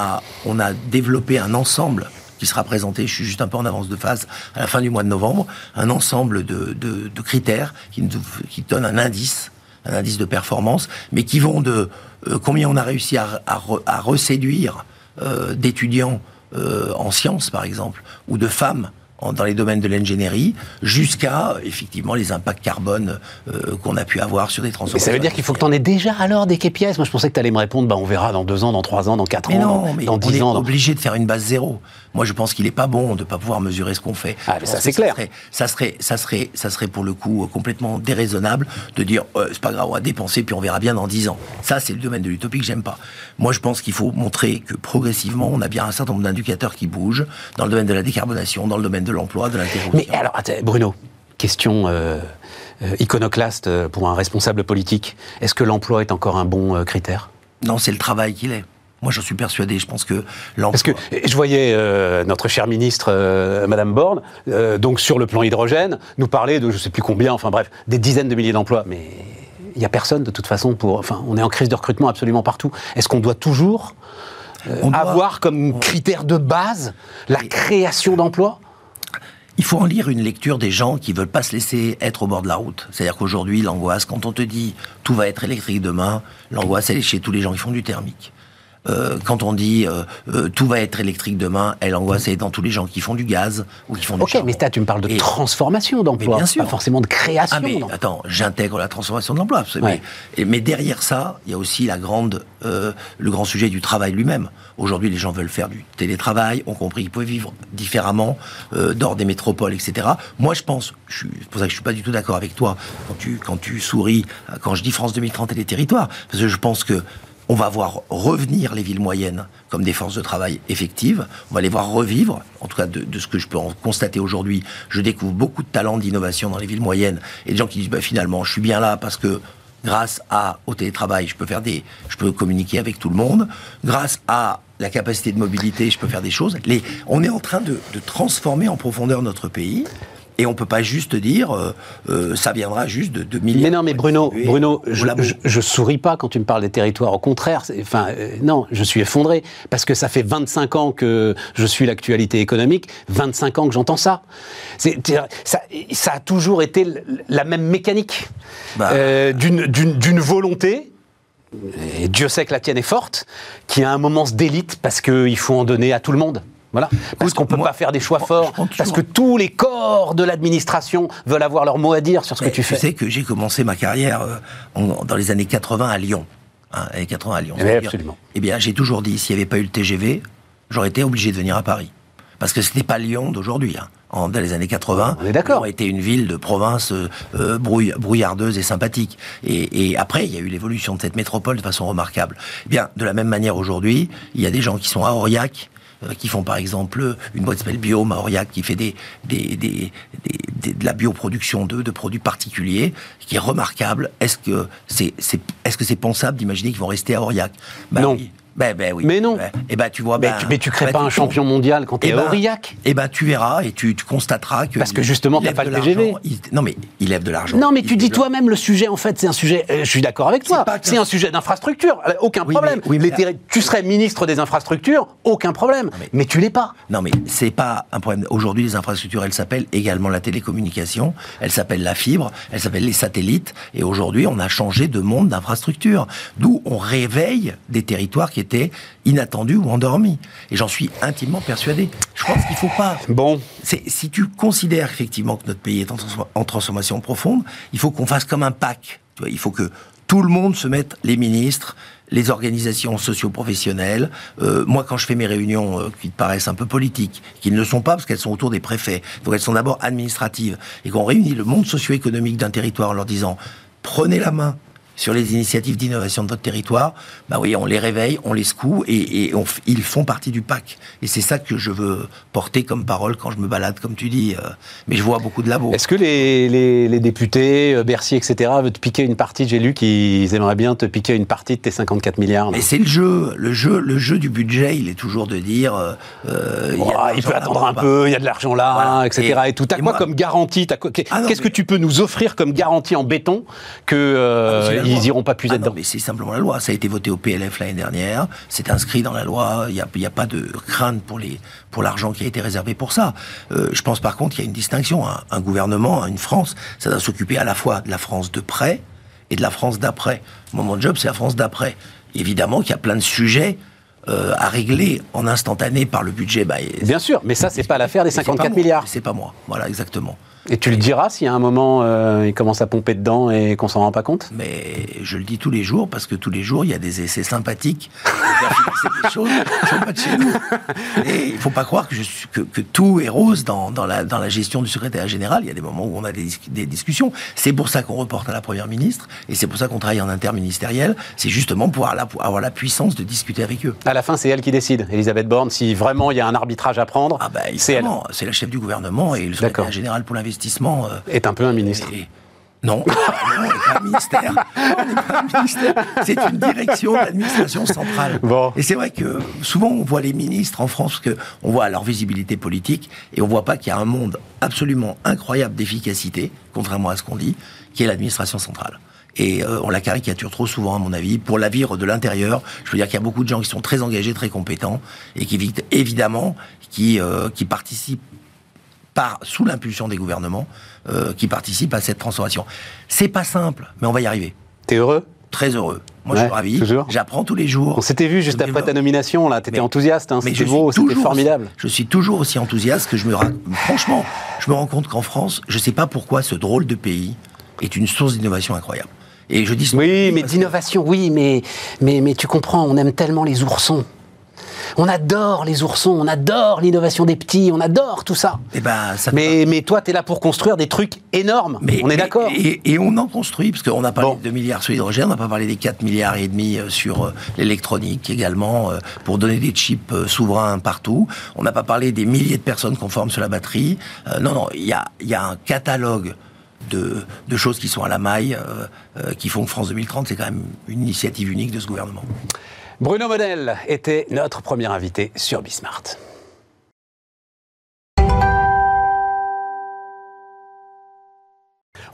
a développé un ensemble qui sera présenté, je suis juste un peu en avance de phase, à la fin du mois de novembre, un ensemble de critères qui donnent un indice de performance, mais qui vont de combien on a réussi à reséduire d'étudiants en sciences, par exemple, ou de femmes dans les domaines de l'ingénierie, jusqu'à, effectivement, les impacts carbone qu'on a pu avoir sur des transformations. Mais ça veut dire qu'il faut que tu en aies déjà alors des KPIs. Moi, je pensais que tu allais me répondre, on verra dans 2 ans, dans 3 ans, dans 4 ans, dans 10 ans. On est obligé de faire une base zéro. Moi, je pense qu'il n'est pas bon de ne pas pouvoir mesurer ce qu'on fait. Ah, mais ça, c'est clair. Ça serait pour le coup complètement déraisonnable de dire c'est pas grave, on va dépenser puis on verra bien dans 10 ans. Ça, c'est le domaine de l'utopie que j'aime pas. Moi, je pense qu'il faut montrer que progressivement, on a bien un certain nombre d'indicateurs qui bougent dans le domaine de la décarbonation, dans le domaine de l'emploi, de l'interruption. Mais alors, Bruno, question iconoclaste pour un responsable politique. Est-ce que l'emploi est encore un bon critère? Non, c'est le travail qu'il est. Moi, j'en suis persuadé. Je pense que l'emploi... Parce que je voyais notre chère ministre, Madame Borne, donc sur le plan hydrogène, nous parler de je ne sais plus combien, enfin bref, des dizaines de milliers d'emplois. Mais il n'y a personne, de toute façon, on est en crise de recrutement absolument partout. Est-ce qu'on doit toujours avoir comme critère de base la création d'emplois? Il faut en lire une lecture des gens qui ne veulent pas se laisser être au bord de la route. C'est-à-dire qu'aujourd'hui, l'angoisse, quand on te dit tout va être électrique demain, l'angoisse, elle est chez tous les gens qui font du thermique. Quand on dit tout va être électrique demain, l'angoisse est dans tous les gens qui font du gaz ou qui font du charbon. Mais tu me parles de transformation d'emploi, pas forcément de création. Mais attends, j'intègre la transformation de l'emploi. Ouais. Mais derrière ça, il y a aussi le grand sujet du travail lui-même. Aujourd'hui, les gens veulent faire du télétravail, ont compris qu'ils pouvaient vivre différemment, dehors des métropoles, etc. Moi, je pense, c'est pour ça que je suis pas du tout d'accord avec toi quand tu souris, quand je dis France 2030 et les territoires, parce que je pense que on va voir revenir les villes moyennes comme des forces de travail effectives. On va les voir revivre. En tout cas, de ce que je peux en constater aujourd'hui, je découvre beaucoup de talents d'innovation dans les villes moyennes. Et des gens qui disent, finalement, je suis bien là parce que grâce au télétravail, je peux communiquer avec tout le monde. Grâce à la capacité de mobilité, je peux faire des choses. On est en train de transformer en profondeur notre pays. Et on ne peut pas juste dire, ça viendra juste de milliards. Mais non, mais Bruno, je souris pas quand tu me parles des territoires. Au contraire, non, je suis effondré. Parce que ça fait 25 ans que je suis l'actualité économique, 25 ans que j'entends ça. Ça a toujours été la même mécanique. D'une volonté, et Dieu sait que la tienne est forte, qui à un moment se délite parce qu'il faut en donner à tout le monde. Voilà. Parce qu'on ne peut pas faire des choix forts, parce que tous les corps de l'administration veulent avoir leur mot à dire sur ce que tu fais. Tu sais que j'ai commencé ma carrière dans les années 80 à Lyon. Années 80 à Lyon. Absolument. Eh bien, j'ai toujours dit, s'il n'y avait pas eu le TGV, j'aurais été obligé de venir à Paris. Parce que ce n'est pas Lyon d'aujourd'hui. Dans les années 80, on est d'accord. Lyon a été une ville de province brouillardeuse et sympathique. Et après, il y a eu l'évolution de cette métropole de façon remarquable. Eh bien, de la même manière, aujourd'hui, il y a des gens qui sont à Aurillac, qui font par exemple une boîte qui s'appelle Biome à Aurillac, qui fait de la bioproduction de produits particuliers, qui est remarquable. Est-ce que c'est pensable d'imaginer qu'ils vont rester à Aurillac? Non. Oui. Oui. Mais non. Tu vois. Mais tu crées pas un champion mondial quand tu es à Aurillac. Tu verras et tu constateras que. Parce que justement, tu n'as pas le TGV. Non, mais il lève de l'argent. Non, mais tu dis toi-même, le sujet, en fait, c'est un sujet. Je suis d'accord avec toi. C'est un sujet d'infrastructure. Aucun problème. Tu serais ministre des infrastructures, aucun problème. Mais tu l'es pas. Non, mais c'est pas un problème. Aujourd'hui, les infrastructures, elles s'appellent également la télécommunication, elles s'appellent la fibre, elles s'appellent les satellites. Et aujourd'hui, on a changé de monde d'infrastructures. D'où on réveille des territoires qui étaient inattendus ou endormis. Et j'en suis intimement persuadé. Je pense qu'il ne faut pas... Bon. Si tu considères effectivement que notre pays est en transformation profonde, il faut qu'on fasse comme un pack. Tu vois, il faut que tout le monde se mette, les ministres, les organisations socio-professionnelles. Moi, quand je fais mes réunions qui te paraissent un peu politiques, qui ne le sont pas parce qu'elles sont autour des préfets, donc elles sont d'abord administratives, et qu'on réunit le monde socio-économique d'un territoire en leur disant « Prenez la main ». Sur les initiatives d'innovation de votre territoire, on les réveille, on les secoue et ils font partie du PAC. Et c'est ça que je veux porter comme parole quand je me balade, comme tu dis. Mais je vois beaucoup de labos. Est-ce que les députés, Bercy, etc., veulent te piquer une partie? J'ai lu qu'ils aimeraient bien te piquer une partie de tes 54 milliards. Mais c'est le jeu. Le jeu du budget, il est toujours de dire... il peut attendre un peu, il y a de l'argent là, voilà, etc. Et tout. T'as quoi comme garantie? Qu'est-ce que tu peux nous offrir comme garantie en béton que... ils n'iront pas puiser dedans. Non, mais c'est simplement la loi. Ça a été voté au PLF l'année dernière. C'est inscrit dans la loi. Il n'y a pas de crainte pour l'argent qui a été réservé pour ça. Je pense par contre qu'il y a une distinction. Un gouvernement, une France, ça doit s'occuper à la fois de la France de près et de la France d'après. Mon job, c'est la France d'après. Évidemment qu'il y a plein de sujets à régler en instantané par le budget. Bien sûr, mais ça, c'est pas l'affaire des 54 milliards. C'est pas moi. Voilà, exactement. Et tu le diras si à un moment il commence à pomper dedans et qu'on s'en rend pas compte? Mais je le dis tous les jours parce que tous les jours il y a des essais sympathiques. C'est des choses qui sont pas de chez nous. Et il faut pas croire que tout est rose dans la gestion du secrétaire général. Il y a des moments où on a des discussions. C'est pour ça qu'on reporte à la première ministre et c'est pour ça qu'on travaille en interministériel. C'est justement pour avoir la puissance de discuter avec eux. À la fin, c'est elle qui décide, Elisabeth Borne. Si vraiment il y a un arbitrage à prendre, c'est elle. C'est la chef du gouvernement et le secrétaire général pour l'investissement. Est un peu un ministre. Non, on n'est pas un ministère. On n'est pas un ministère. C'est une direction de l'administration centrale. Bon. Et c'est vrai que souvent on voit les ministres en France, parce qu'on voit leur visibilité politique, et on ne voit pas qu'il y a un monde absolument incroyable d'efficacité, contrairement à ce qu'on dit, qui est l'administration centrale. Et on la caricature trop souvent, à mon avis. Pour la vivre de l'intérieur, je veux dire qu'il y a beaucoup de gens qui sont très engagés, très compétents, et qui, évidemment, qui participent sous l'impulsion des gouvernements, qui participent à cette transformation. C'est pas simple, mais on va y arriver. T'es heureux? Très heureux. Moi, je suis ravi. Toujours. J'apprends tous les jours. On s'était vu juste après ta nomination, là. T'étais enthousiaste, hein. C'était beau, c'était formidable. Je suis toujours aussi enthousiaste que franchement, je me rends compte qu'en France, je sais pas pourquoi ce drôle de pays est une source d'innovation incroyable. Et je dis oui, mais d'innovation, oui, mais tu comprends, on aime tellement les oursons. On adore les oursons, on adore l'innovation des petits, on adore tout ça. Mais toi, tu es là pour construire des trucs énormes, on est d'accord. Et on en construit, parce qu'on a parlé de 2 milliards sur l'hydrogène, on n'a pas parlé des 4 milliards et demi sur l'électronique également, pour donner des chips souverains partout. On n'a pas parlé des milliers de personnes qu'on forme sur la batterie. Non, il y a un catalogue de choses qui sont à la maille, qui font que France 2030, c'est quand même une initiative unique de ce gouvernement. Bruno Model était notre premier invité sur Bismart.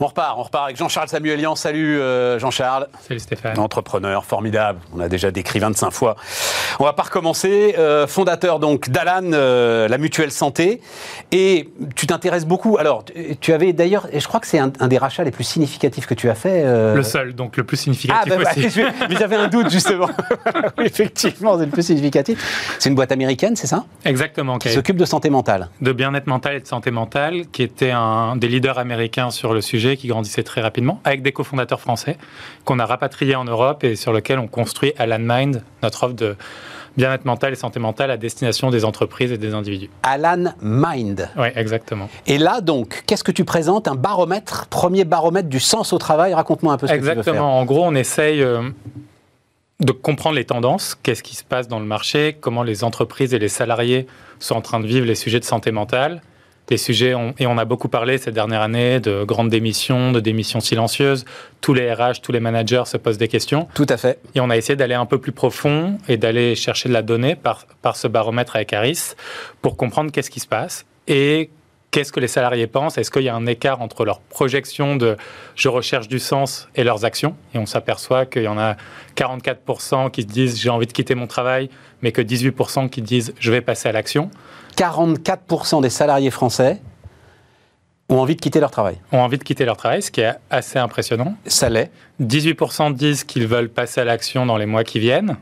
On repart avec Jean-Charles Samuelian. Salut Jean-Charles. Salut Stéphane. Entrepreneur formidable, on a déjà décrit 25 fois. On va pas recommencer. Fondateur donc d'Alan, la mutuelle santé. Et tu t'intéresses beaucoup. Alors, tu avais d'ailleurs, et je crois que c'est un des rachats les plus significatifs que tu as fait. Le seul, donc le plus significatif aussi. Mais j'avais un doute justement. Oui, effectivement, c'est le plus significatif. C'est une boîte américaine, c'est ça ? Exactement. Qui s'occupe de santé mentale. De bien-être mental et de santé mentale, qui était un des leaders américains sur le sujet, qui grandissait très rapidement, avec des cofondateurs français, qu'on a rapatriés en Europe et sur lequel on construit Alan Mind, notre offre de bien-être mental et santé mentale à destination des entreprises et des individus. Alan Mind. Oui, exactement. Et là, donc, qu'est-ce que tu présentes ? Un baromètre, premier baromètre du sens au travail. Raconte-moi un peu ce que tu veux faire. Exactement. En gros, on essaye de comprendre les tendances, qu'est-ce qui se passe dans le marché, comment les entreprises et les salariés sont en train de vivre les sujets de santé mentale. Des sujets, et on a beaucoup parlé ces dernières années de grandes démissions, de démissions silencieuses. Tous les RH, tous les managers se posent des questions. Tout à fait. Et on a essayé d'aller un peu plus profond et d'aller chercher de la donnée par ce baromètre avec Harris pour comprendre qu'est-ce qui se passe et qu'est-ce que les salariés pensent. Est-ce qu'il y a un écart entre leur projection de « je recherche du sens » et leurs actions ? Et on s'aperçoit qu'il y en a 44% qui se disent « j'ai envie de quitter mon travail », mais que 18% qui disent « je vais passer à l'action ». 44% des salariés français ont envie de quitter leur travail. Ont envie de quitter leur travail, ce qui est assez impressionnant. Ça l'est. 18% disent qu'ils veulent passer à l'action dans les mois qui viennent.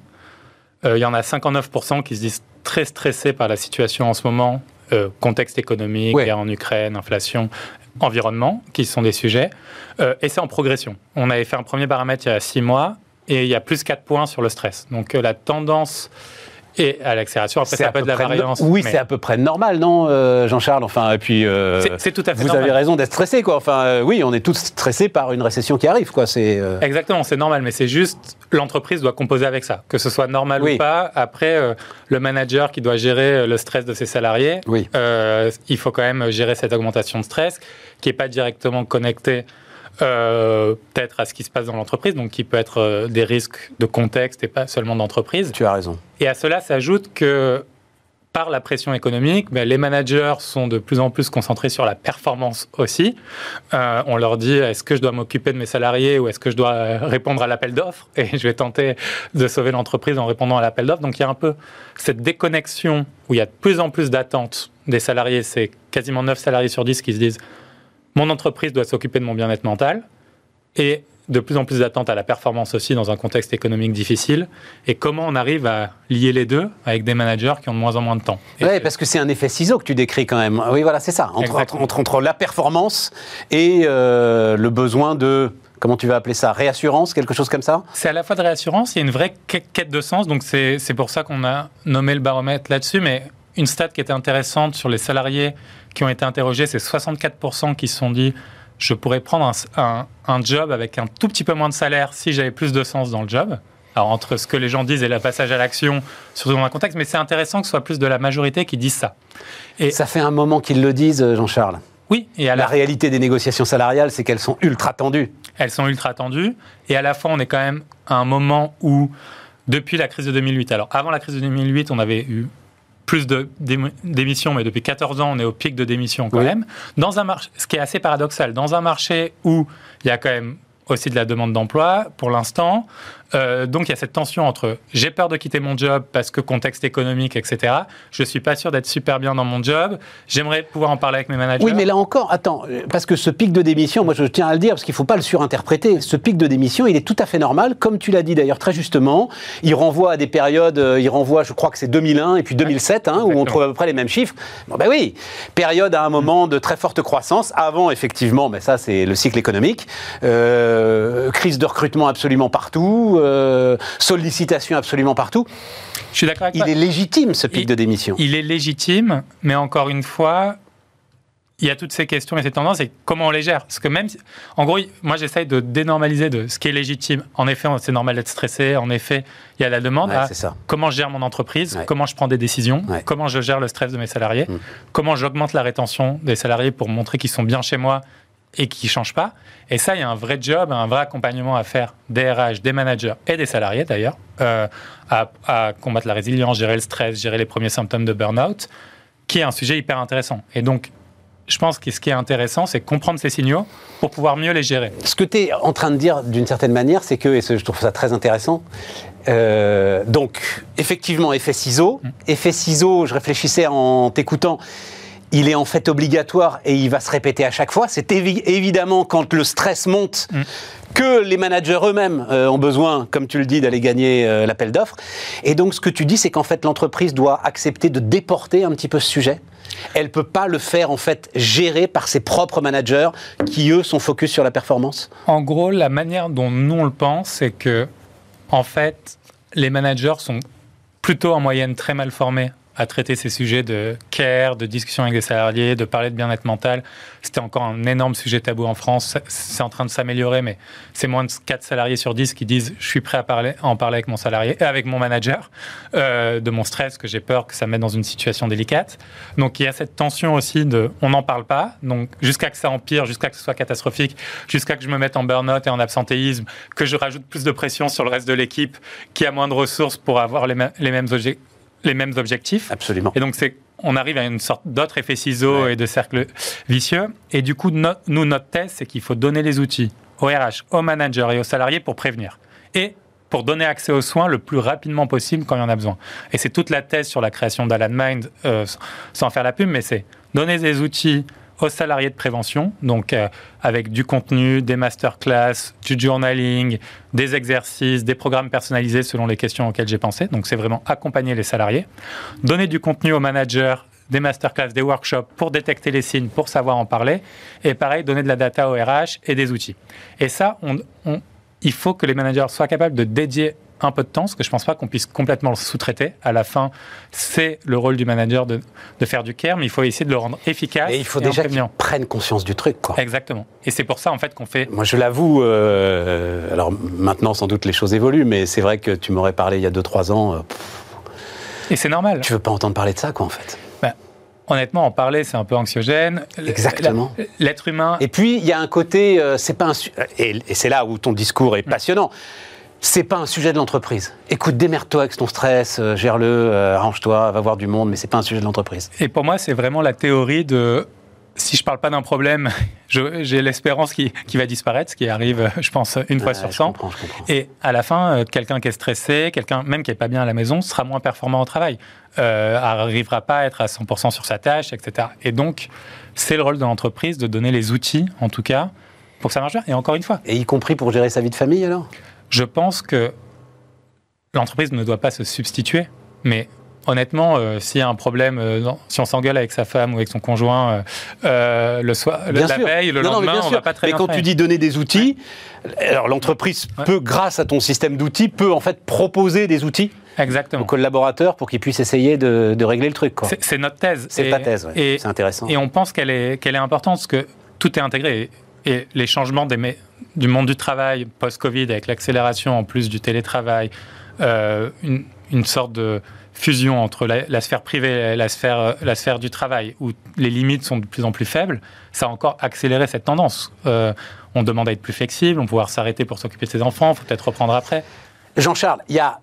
Il y en a 59% qui se disent très stressés par la situation en ce moment, contexte économique, guerre en Ukraine, inflation, environnement, qui sont des sujets. Et c'est en progression. On avait fait un premier baromètre il y a 6 mois et il y a plus 4 points sur le stress. Donc la tendance... Et à l'accélération, après, ça peut être de la variance. Oui, mais... c'est à peu près normal, non, Jean-Charles ? Enfin, et puis, c'est tout à fait vous normal. Avez raison d'être stressé, quoi. Enfin, oui, on est tous stressés par une récession qui arrive, quoi. Exactement, c'est normal, mais c'est juste l'entreprise doit composer avec ça. Que ce soit normal ou pas, après, le manager qui doit gérer le stress de ses salariés, il faut quand même gérer cette augmentation de stress qui n'est pas directement connectée peut-être à ce qui se passe dans l'entreprise, donc qui peut être des risques de contexte et pas seulement d'entreprise. Tu as raison. Et à cela s'ajoute que par la pression économique, les managers sont de plus en plus concentrés sur la performance aussi. On leur dit, est-ce que je dois m'occuper de mes salariés ou est-ce que je dois répondre à l'appel d'offres ? Et je vais tenter de sauver l'entreprise en répondant à l'appel d'offres. Donc il y a un peu cette déconnexion où il y a de plus en plus d'attentes des salariés. C'est quasiment 9 salariés sur 10 qui se disent mon entreprise doit s'occuper de mon bien-être mental et de plus en plus d'attentes à la performance aussi dans un contexte économique difficile. Et comment on arrive à lier les deux avec des managers qui ont de moins en moins de temps. Oui, parce que c'est un effet ciseau que tu décris quand même. Oui, voilà, c'est ça. Entre la performance et le besoin de... Comment tu vas appeler ça ? Réassurance, quelque chose comme ça ? C'est à la fois de réassurance, il y a une vraie quête de sens. Donc c'est pour ça qu'on a nommé le baromètre là-dessus. Mais une stat qui était intéressante sur les salariés qui ont été interrogés, c'est 64% qui se sont dit « je pourrais prendre un job avec un tout petit peu moins de salaire si j'avais plus de sens dans le job ». Alors entre ce que les gens disent et le passage à l'action, surtout dans un contexte, mais c'est intéressant que ce soit plus de la majorité qui disent ça. Et ça fait un moment qu'ils le disent, Jean-Charles. Oui. Et la réalité des négociations salariales, c'est qu'elles sont ultra tendues. Elles sont ultra tendues. Et à la fois, on est quand même à un moment où, depuis la crise de 2008, alors avant la crise de 2008, on avait eu plus de démissions, mais depuis 14 ans, on est au pic de démissions quand même. Dans un marché, ce qui est assez paradoxal, dans un marché où il y a quand même aussi de la demande d'emploi pour l'instant. Donc il y a cette tension entre j'ai peur de quitter mon job parce que contexte économique, etc. Je ne suis pas sûr d'être super bien dans mon job. J'aimerais pouvoir en parler avec mes managers. Oui, mais là encore, attends, parce que ce pic de démission, moi je tiens à le dire parce qu'il ne faut pas le surinterpréter. Ce pic de démission, il est tout à fait normal. Comme tu l'as dit d'ailleurs très justement, il renvoie à des périodes, je crois que c'est 2001 et puis 2007, où on trouve à peu près les mêmes chiffres. Bon, ben oui, période à un moment de très forte croissance. Avant, effectivement, mais ça c'est le cycle économique. Crise de recrutement absolument partout. Sollicitation absolument partout. Je suis d'accord avec toi. Il est légitime ce pic de démission. Il est légitime, mais encore une fois, il y a toutes ces questions et ces tendances et comment on les gère. Parce que même, en gros, moi j'essaye de dénormaliser de ce qui est légitime. En effet, c'est normal d'être stressé. En effet, il y a la demande à comment je gère mon entreprise, comment je prends des décisions, comment je gère le stress de mes salariés, comment j'augmente la rétention des salariés pour montrer qu'ils sont bien chez moi et qui ne changent pas. Et ça, il y a un vrai job, un vrai accompagnement à faire des RH, des managers et des salariés d'ailleurs, à combattre la résilience, gérer le stress, gérer les premiers symptômes de burn-out, qui est un sujet hyper intéressant. Et donc, je pense que ce qui est intéressant, c'est comprendre ces signaux pour pouvoir mieux les gérer. Ce que tu es en train de dire d'une certaine manière, c'est que, et je trouve ça très intéressant, donc effectivement effet ciseau, je réfléchissais en t'écoutant, il est en fait obligatoire et il va se répéter à chaque fois. C'est évidemment quand le stress monte que les managers eux-mêmes ont besoin, comme tu le dis, d'aller gagner l'appel d'offres. Et donc ce que tu dis, c'est qu'en fait l'entreprise doit accepter de déporter un petit peu ce sujet. Elle ne peut pas le faire en fait gérer par ses propres managers qui eux sont focus sur la performance. En gros, la manière dont nous on le pense, c'est que en fait les managers sont plutôt en moyenne très mal formés à traiter ces sujets de care, de discussion avec les salariés, de parler de bien-être mental. C'était encore un énorme sujet tabou en France. C'est en train de s'améliorer, mais c'est moins de 4 salariés sur 10 qui disent « je suis prêt à en parler avec mon salarié, avec mon manager, de mon stress, que j'ai peur que ça me mette dans une situation délicate ». Donc il y a cette tension aussi de « on n'en parle pas », donc jusqu'à que ça empire, jusqu'à que ce soit catastrophique, jusqu'à que je me mette en burn-out et en absentéisme, que je rajoute plus de pression sur le reste de l'équipe qui a moins de ressources pour avoir les mêmes objectifs. Absolument. Et donc, on arrive à une sorte d'autre effet ciseau et de cercle vicieux. Et du coup, notre thèse, c'est qu'il faut donner les outils aux RH, aux managers et aux salariés pour prévenir. Et pour donner accès aux soins le plus rapidement possible quand il y en a besoin. Et c'est toute la thèse sur la création d'Alan Mind, sans faire la pub, mais c'est donner des outils aux salariés de prévention, donc avec du contenu, des masterclass, du journaling, des exercices, des programmes personnalisés selon les questions auxquelles j'ai pensé. Donc c'est vraiment accompagner les salariés. Donner du contenu aux managers, des masterclass, des workshops pour détecter les signes, pour savoir en parler. Et pareil, donner de la data au RH et des outils. Et ça, il faut que les managers soient capables de dédier un peu de temps, parce que je ne pense pas qu'on puisse complètement le sous-traiter. À la fin, c'est le rôle du manager de faire du care, mais il faut essayer de le rendre efficace. Et il faut déjà qu'ils prennent conscience du truc, quoi. Exactement. Et c'est pour ça, en fait, qu'on fait... Moi, je l'avoue, alors maintenant, sans doute, les choses évoluent, mais c'est vrai que tu m'aurais parlé il y a 2-3 ans. Et c'est normal. Tu ne veux pas entendre parler de ça, quoi, en fait. Honnêtement, en parler, c'est un peu anxiogène. Exactement. L'être humain... Et puis, il y a un côté... c'est pas et c'est là où ton discours est passionnant. C'est pas un sujet de l'entreprise. Écoute, démerde-toi avec ton stress, gère-le, arrange-toi, va voir du monde, mais c'est pas un sujet de l'entreprise. Et pour moi, c'est vraiment la théorie de... Si je parle pas d'un problème, j'ai l'espérance qui va disparaître, ce qui arrive, je pense, une fois sur 100. Je comprends. Et à la fin, quelqu'un qui est stressé, quelqu'un même qui est pas bien à la maison, sera moins performant au travail. Arrivera pas à être à 100% sur sa tâche, etc. Et donc, c'est le rôle de l'entreprise de donner les outils, en tout cas, pour que ça marche bien. Et encore une fois... Et y compris pour gérer sa vie de famille, alors ? Je pense que l'entreprise ne doit pas se substituer, mais honnêtement, s'il y a un problème, si on s'engueule avec sa femme ou avec son conjoint la veille, le lendemain, on va pas très bien. Mais quand tu dis donner des outils, alors l'entreprise peut, grâce à ton système d'outils, peut en fait proposer des outils aux collaborateurs pour qu'ils puissent essayer de régler le truc, quoi. C'est notre thèse. C'est ta thèse, ouais. C'est intéressant. Et on pense qu'elle est importante parce que tout est intégré. Et les changements du monde du travail post-Covid, avec l'accélération en plus du télétravail, une sorte de fusion entre la sphère privée et la sphère du travail, où les limites sont de plus en plus faibles, ça a encore accéléré cette tendance. On demande à être plus flexible, on va pouvoir s'arrêter pour s'occuper de ses enfants, il faut peut-être reprendre après. Jean-Charles, il y a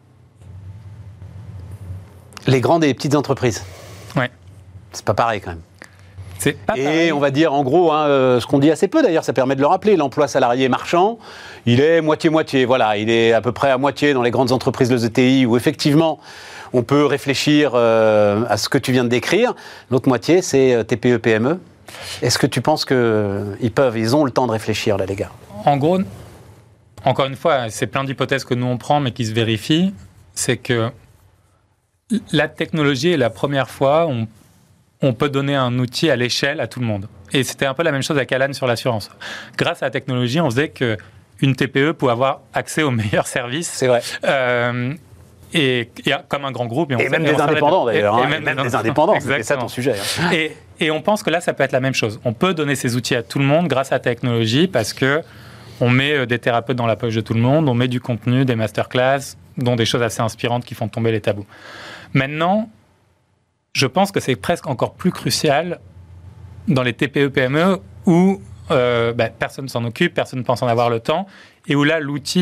les grandes et les petites entreprises. Ouais. C'est pas pareil quand même. Et on va dire, en gros, ce qu'on dit assez peu d'ailleurs, ça permet de le rappeler, l'emploi salarié marchand, il est moitié-moitié. Voilà, il est à peu près à moitié dans les grandes entreprises de ETI où effectivement, on peut réfléchir à ce que tu viens de décrire. L'autre moitié, c'est TPE, PME. Est-ce que tu penses qu'ils ont le temps de réfléchir, là, les gars ? En gros, encore une fois, c'est plein d'hypothèses que nous on prend, mais qui se vérifient. C'est que la technologie est la première fois où on peut donner un outil à l'échelle à tout le monde. Et c'était un peu la même chose avec Alan sur l'assurance. Grâce à la technologie, on faisait qu'une TPE pouvait avoir accès aux meilleurs services. C'est vrai. Et comme un grand groupe. Et même des indépendants, d'ailleurs. Et même des indépendants, c'était ça ton sujet. Hein. Et on pense que là, ça peut être la même chose. On peut donner ces outils à tout le monde grâce à la technologie parce qu'on met des thérapeutes dans la poche de tout le monde, on met du contenu, des masterclass, dont des choses assez inspirantes qui font tomber les tabous. Maintenant, je pense que c'est presque encore plus crucial dans les TPE-PME où personne ne s'en occupe, personne ne pense en avoir le temps, et où là, l'outil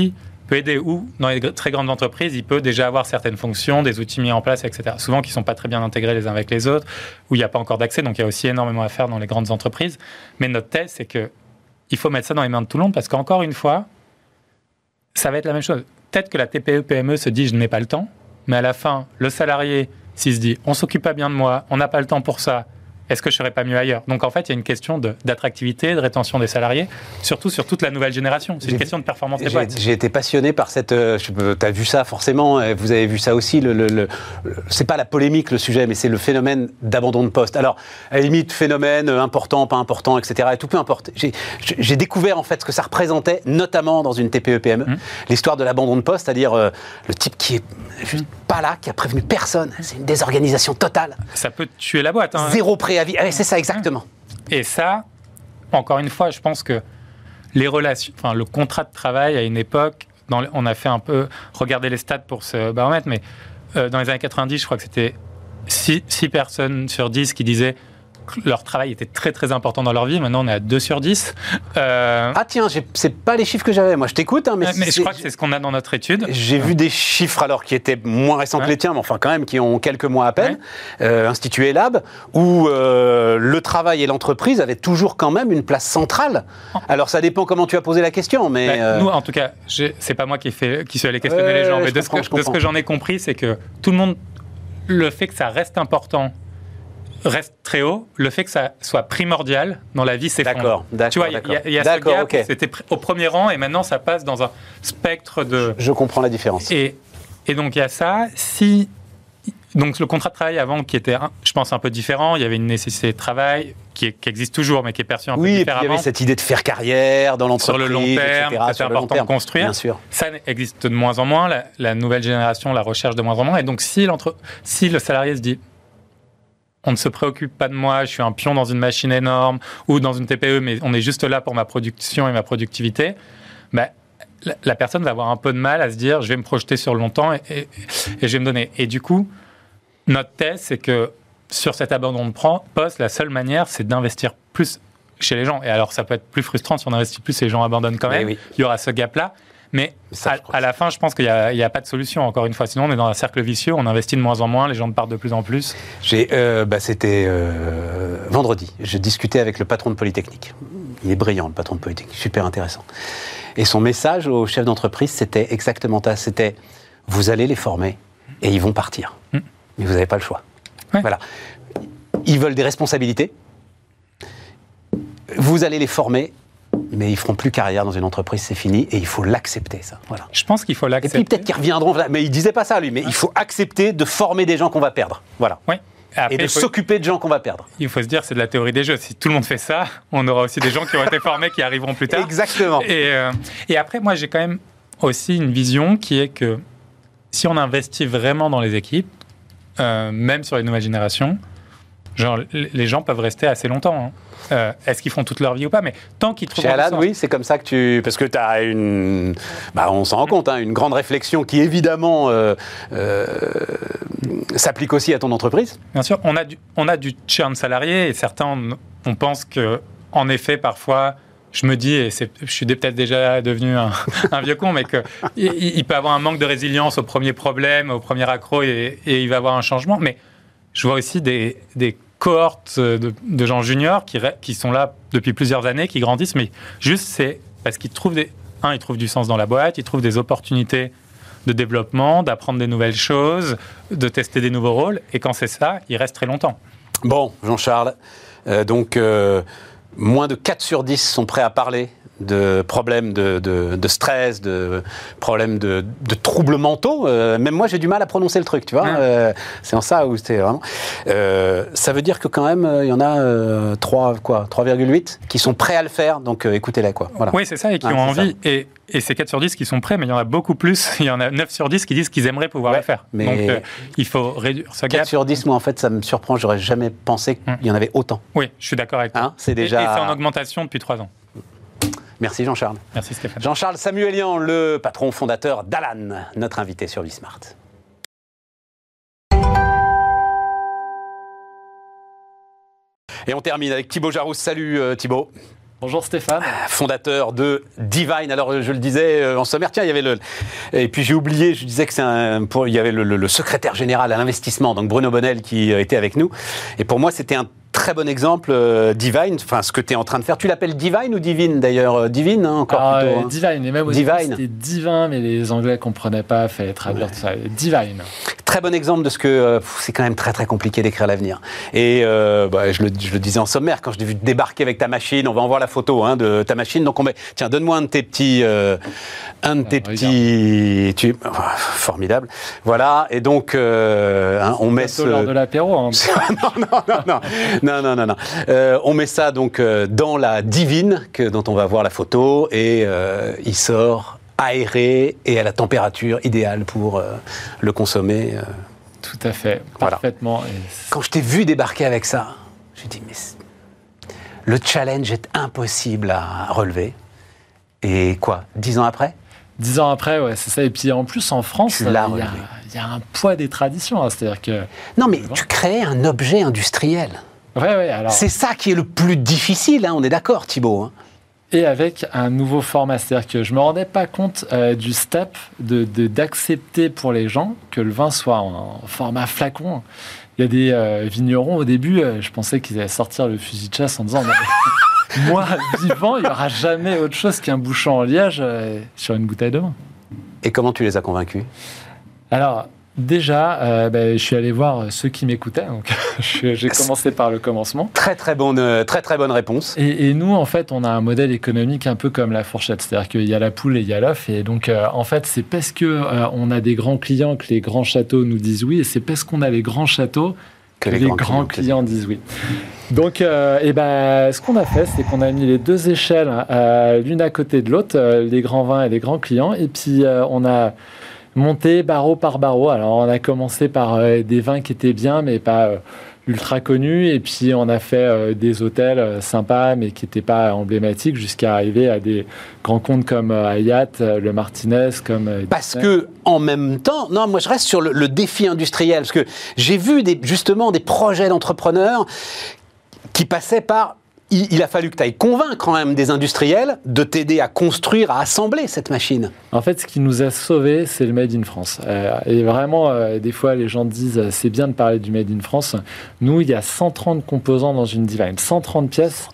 peut aider, ou dans les très grandes entreprises, il peut déjà avoir certaines fonctions, des outils mis en place, etc. Souvent qui ne sont pas très bien intégrés les uns avec les autres, où il n'y a pas encore d'accès, donc il y a aussi énormément à faire dans les grandes entreprises. Mais notre thèse, c'est qu'il faut mettre ça dans les mains de tout le monde, parce qu'encore une fois, ça va être la même chose. Peut-être que la TPE-PME se dit « je n'ai pas le temps », mais à la fin, le salarié, s'il se dit « on ne s'occupe pas bien de moi, on n'a pas le temps pour ça », est-ce que je ne serais pas mieux ailleurs ? Donc, en fait, il y a une question d'attractivité, de rétention des salariés, surtout sur toute la nouvelle génération. C'est une question de performance des boîtes. J'ai été passionné par cette... tu as vu ça, forcément, vous avez vu ça aussi. C'est pas la polémique, le sujet, mais c'est le phénomène d'abandon de poste. Alors, à la limite, phénomène important, pas important, etc. Et tout peu importe. J'ai découvert, en fait, ce que ça représentait, notamment dans une TPE-PME. L'histoire de l'abandon de poste, c'est-à-dire le type qui est juste pas là, qui a prévenu personne. C'est une désorganisation totale. Ça peut tuer la boîte. Hein. Zéro préavis. C'est ça, exactement. Et ça, encore une fois, je pense que les relations, le contrat de travail à une époque, on a fait un peu regarder les stats pour se baromètre, mais dans les années 90, je crois que c'était 6 personnes sur 10 qui disaient que leur travail était très très important dans leur vie. Maintenant, on est à 2 sur 10. Ah tiens, c'est pas les chiffres que j'avais. Moi, je t'écoute. Hein, mais je crois que c'est ce qu'on a dans notre étude. J'ai vu des chiffres alors qui étaient moins récents que les tiens, mais enfin quand même qui ont quelques mois à peine. Institut Elab, où le travail et l'entreprise avaient toujours quand même une place centrale. Alors ça dépend comment tu as posé la question, mais nous, en tout cas, c'est pas moi qui suis allé questionner les gens, mais de ce que j'en ai compris, c'est que tout le monde, le fait que ça reste important, reste très haut, le fait que ça soit primordial dans la vie s'effondre. D'accord. Tu vois, il y a ce gap, c'était au premier rang et maintenant ça passe dans un spectre de... Je comprends la différence. Et donc il y a ça. Donc le contrat de travail avant qui était, je pense, un peu différent, il y avait une nécessité de travail qui existe toujours mais qui est perçue un peu différemment. Oui, et puis il y avait cette idée de faire carrière dans l'entreprise, sur le long terme, c'est important de construire. Bien sûr. Ça existe de moins en moins, la nouvelle génération la recherche de moins en moins. Et donc si le salarié se dit on ne se préoccupe pas de moi, je suis un pion dans une machine énorme ou dans une TPE, mais on est juste là pour ma production et ma productivité, la personne va avoir un peu de mal à se dire je vais me projeter sur le long temps et je vais me donner. Et du coup, notre thèse, c'est que sur cet abandon de poste, la seule manière, c'est d'investir plus chez les gens. Et alors, ça peut être plus frustrant si on investit plus et les gens abandonnent quand même. Oui. Il y aura ce gap-là. Mais à la fin, je pense qu'il n'y a pas de solution, encore une fois. Sinon, on est dans un cercle vicieux, on investit de moins en moins, les gens partent de plus en plus. C'était vendredi. Je discutais avec le patron de Polytechnique. Il est brillant, le patron de Polytechnique, super intéressant. Et son message au chef d'entreprise, c'était exactement ça. C'était, vous allez les former et ils vont partir. Mais vous n'avez pas le choix. Ouais. Voilà. Ils veulent des responsabilités. Vous allez les former, mais ils feront plus carrière dans une entreprise, c'est fini, et il faut l'accepter, ça. Voilà. Je pense qu'il faut l'accepter. Et puis peut-être qu'ils reviendront, mais il disait pas ça, lui, mais il faut accepter de former des gens qu'on va perdre. Voilà. Oui. Après, et de s'occuper de gens qu'on va perdre. Il faut se dire, c'est de la théorie des jeux. Si tout le monde fait ça, on aura aussi des gens qui ont été formés, qui arriveront plus tard. Exactement. Et après, moi, j'ai quand même aussi une vision qui est que si on investit vraiment dans les équipes, même sur les nouvelles générations, genre, les gens peuvent rester assez longtemps. Est-ce qu'ils font toute leur vie ou pas? Mais tant qu'ils trouvent... Chez Alan, oui, c'est comme ça que tu... Parce que tu as une... on s'en rend compte, une grande réflexion qui, évidemment, s'applique aussi à ton entreprise. Bien sûr. On a du churn salarié et certains, on pense que, en effet, parfois... Je me dis, et je suis peut-être déjà devenu un vieux con, mais qu'il peut avoir un manque de résilience au premier problème, au premier accroc, et il va avoir un changement. Mais je vois aussi des cohortes de gens juniors qui sont là depuis plusieurs années, qui grandissent, mais juste c'est parce qu'ils trouvent ils trouvent du sens dans la boîte, ils trouvent des opportunités de développement, d'apprendre des nouvelles choses, de tester des nouveaux rôles, et quand c'est ça, ils restent très longtemps. Bon, Jean-Charles, moins de 4 sur 10 sont prêts à parler de problèmes de stress, de problèmes de troubles mentaux. Même moi, j'ai du mal à prononcer le truc, tu vois. C'est en ça où c'était vraiment... ça veut dire que quand même, il y en a 3,8 qui sont prêts à le faire, donc écoutez-les, quoi. Voilà. Oui, c'est ça, et qui ont envie. Et c'est 4 sur 10 qui sont prêts, mais il y en a beaucoup plus. Il y en a 9 sur 10 qui disent qu'ils aimeraient pouvoir le faire. Mais donc, il faut réduire ce gap. 4 sur 10, moi, en fait, ça me surprend. J'aurais jamais pensé qu'il y en avait autant. Oui, je suis d'accord avec toi. C'est déjà... Et c'est en augmentation depuis 3 ans. Merci Jean-Charles. Merci Stéphane. Jean-Charles Samuelian, le patron fondateur d'Alan, notre invité sur Bismart. Et on termine avec Thibaut Jarousse. Salut Thibaut. Bonjour Stéphane. Fondateur de Divine. Alors je le disais en sommaire, tiens, il y avait et puis j'ai oublié, je disais que il y avait le secrétaire général à l'investissement, donc Bruno Bonnel, qui était avec nous. Et pour moi, c'était un très bon exemple, Divine, enfin ce que tu es en train de faire. Tu l'appelles Divine ou Divine d'ailleurs? Divine, hein, encore plutôt. Hein. Divine, et même aussi c'était divin, mais les Anglais ne comprenaient pas, fallait traduire tout ça. Divine. Très bon exemple de ce que c'est quand même très très compliqué d'écrire l'avenir. Et je le disais en sommaire, quand je t'ai vu débarquer avec ta machine, on va en voir la photo de ta machine. Donc tiens, donne-moi un de tes petits, formidable. Voilà. Et donc on met lors de l'apéro. Hein. Non. On met ça donc dans la Divine dont on va voir la photo et il sort aéré et à la température idéale pour le consommer. Tout à fait, parfaitement. Voilà. Quand je t'ai vu débarquer avec ça, j'ai dit mais le challenge est impossible à relever. Et quoi, 10 ans après? 10 ans après, ouais, c'est ça. Et puis en plus, en France, il y a un poids des traditions. Hein, c'est-à-dire que... Non, mais tu crées un objet industriel. Ouais, alors... C'est ça qui est le plus difficile, hein, on est d'accord, Thibaut, hein. Et avec un nouveau format, c'est-à-dire que je ne me rendais pas compte du step d'accepter pour les gens que le vin soit en format flacon. Il y a des vignerons, au début, je pensais qu'ils allaient sortir le fusil de chasse en disant moi, vivant, il n'y aura jamais autre chose qu'un bouchon en liège sur une bouteille de vin. Et comment tu les as convaincus? Alors, déjà, je suis allé voir ceux qui m'écoutaient. Donc j'ai commencé par le commencement. Très bonne réponse. Et nous, en fait, on a un modèle économique un peu comme la fourchette. C'est-à-dire qu'il y a la poule et il y a l'œuf. Et donc, en fait, c'est parce qu'on a des grands clients que les grands châteaux nous disent oui. Et c'est parce qu'on a les grands châteaux que les grands clients disent oui. Donc, ce qu'on a fait, c'est qu'on a mis les deux échelles l'une à côté de l'autre, les grands vins et les grands clients. Et puis, on a monté barreau par barreau. Alors, on a commencé par des vins qui étaient bien, mais pas ultra connus. Et puis, on a fait des hôtels sympas, mais qui n'étaient pas emblématiques, jusqu'à arriver à des grands comptes comme Hyatt, le Martinez, comme... Parce que, en même temps... Non, moi, je reste sur le défi industriel. Parce que j'ai vu justement des projets d'entrepreneurs qui passaient par... Il a fallu que tu ailles convaincre quand même des industriels de t'aider à construire, à assembler cette machine. En fait, ce qui nous a sauvés, c'est le Made in France. Et vraiment, des fois, les gens disent c'est bien de parler du Made in France. Nous, il y a 130 composants dans une Divine, 130 pièces,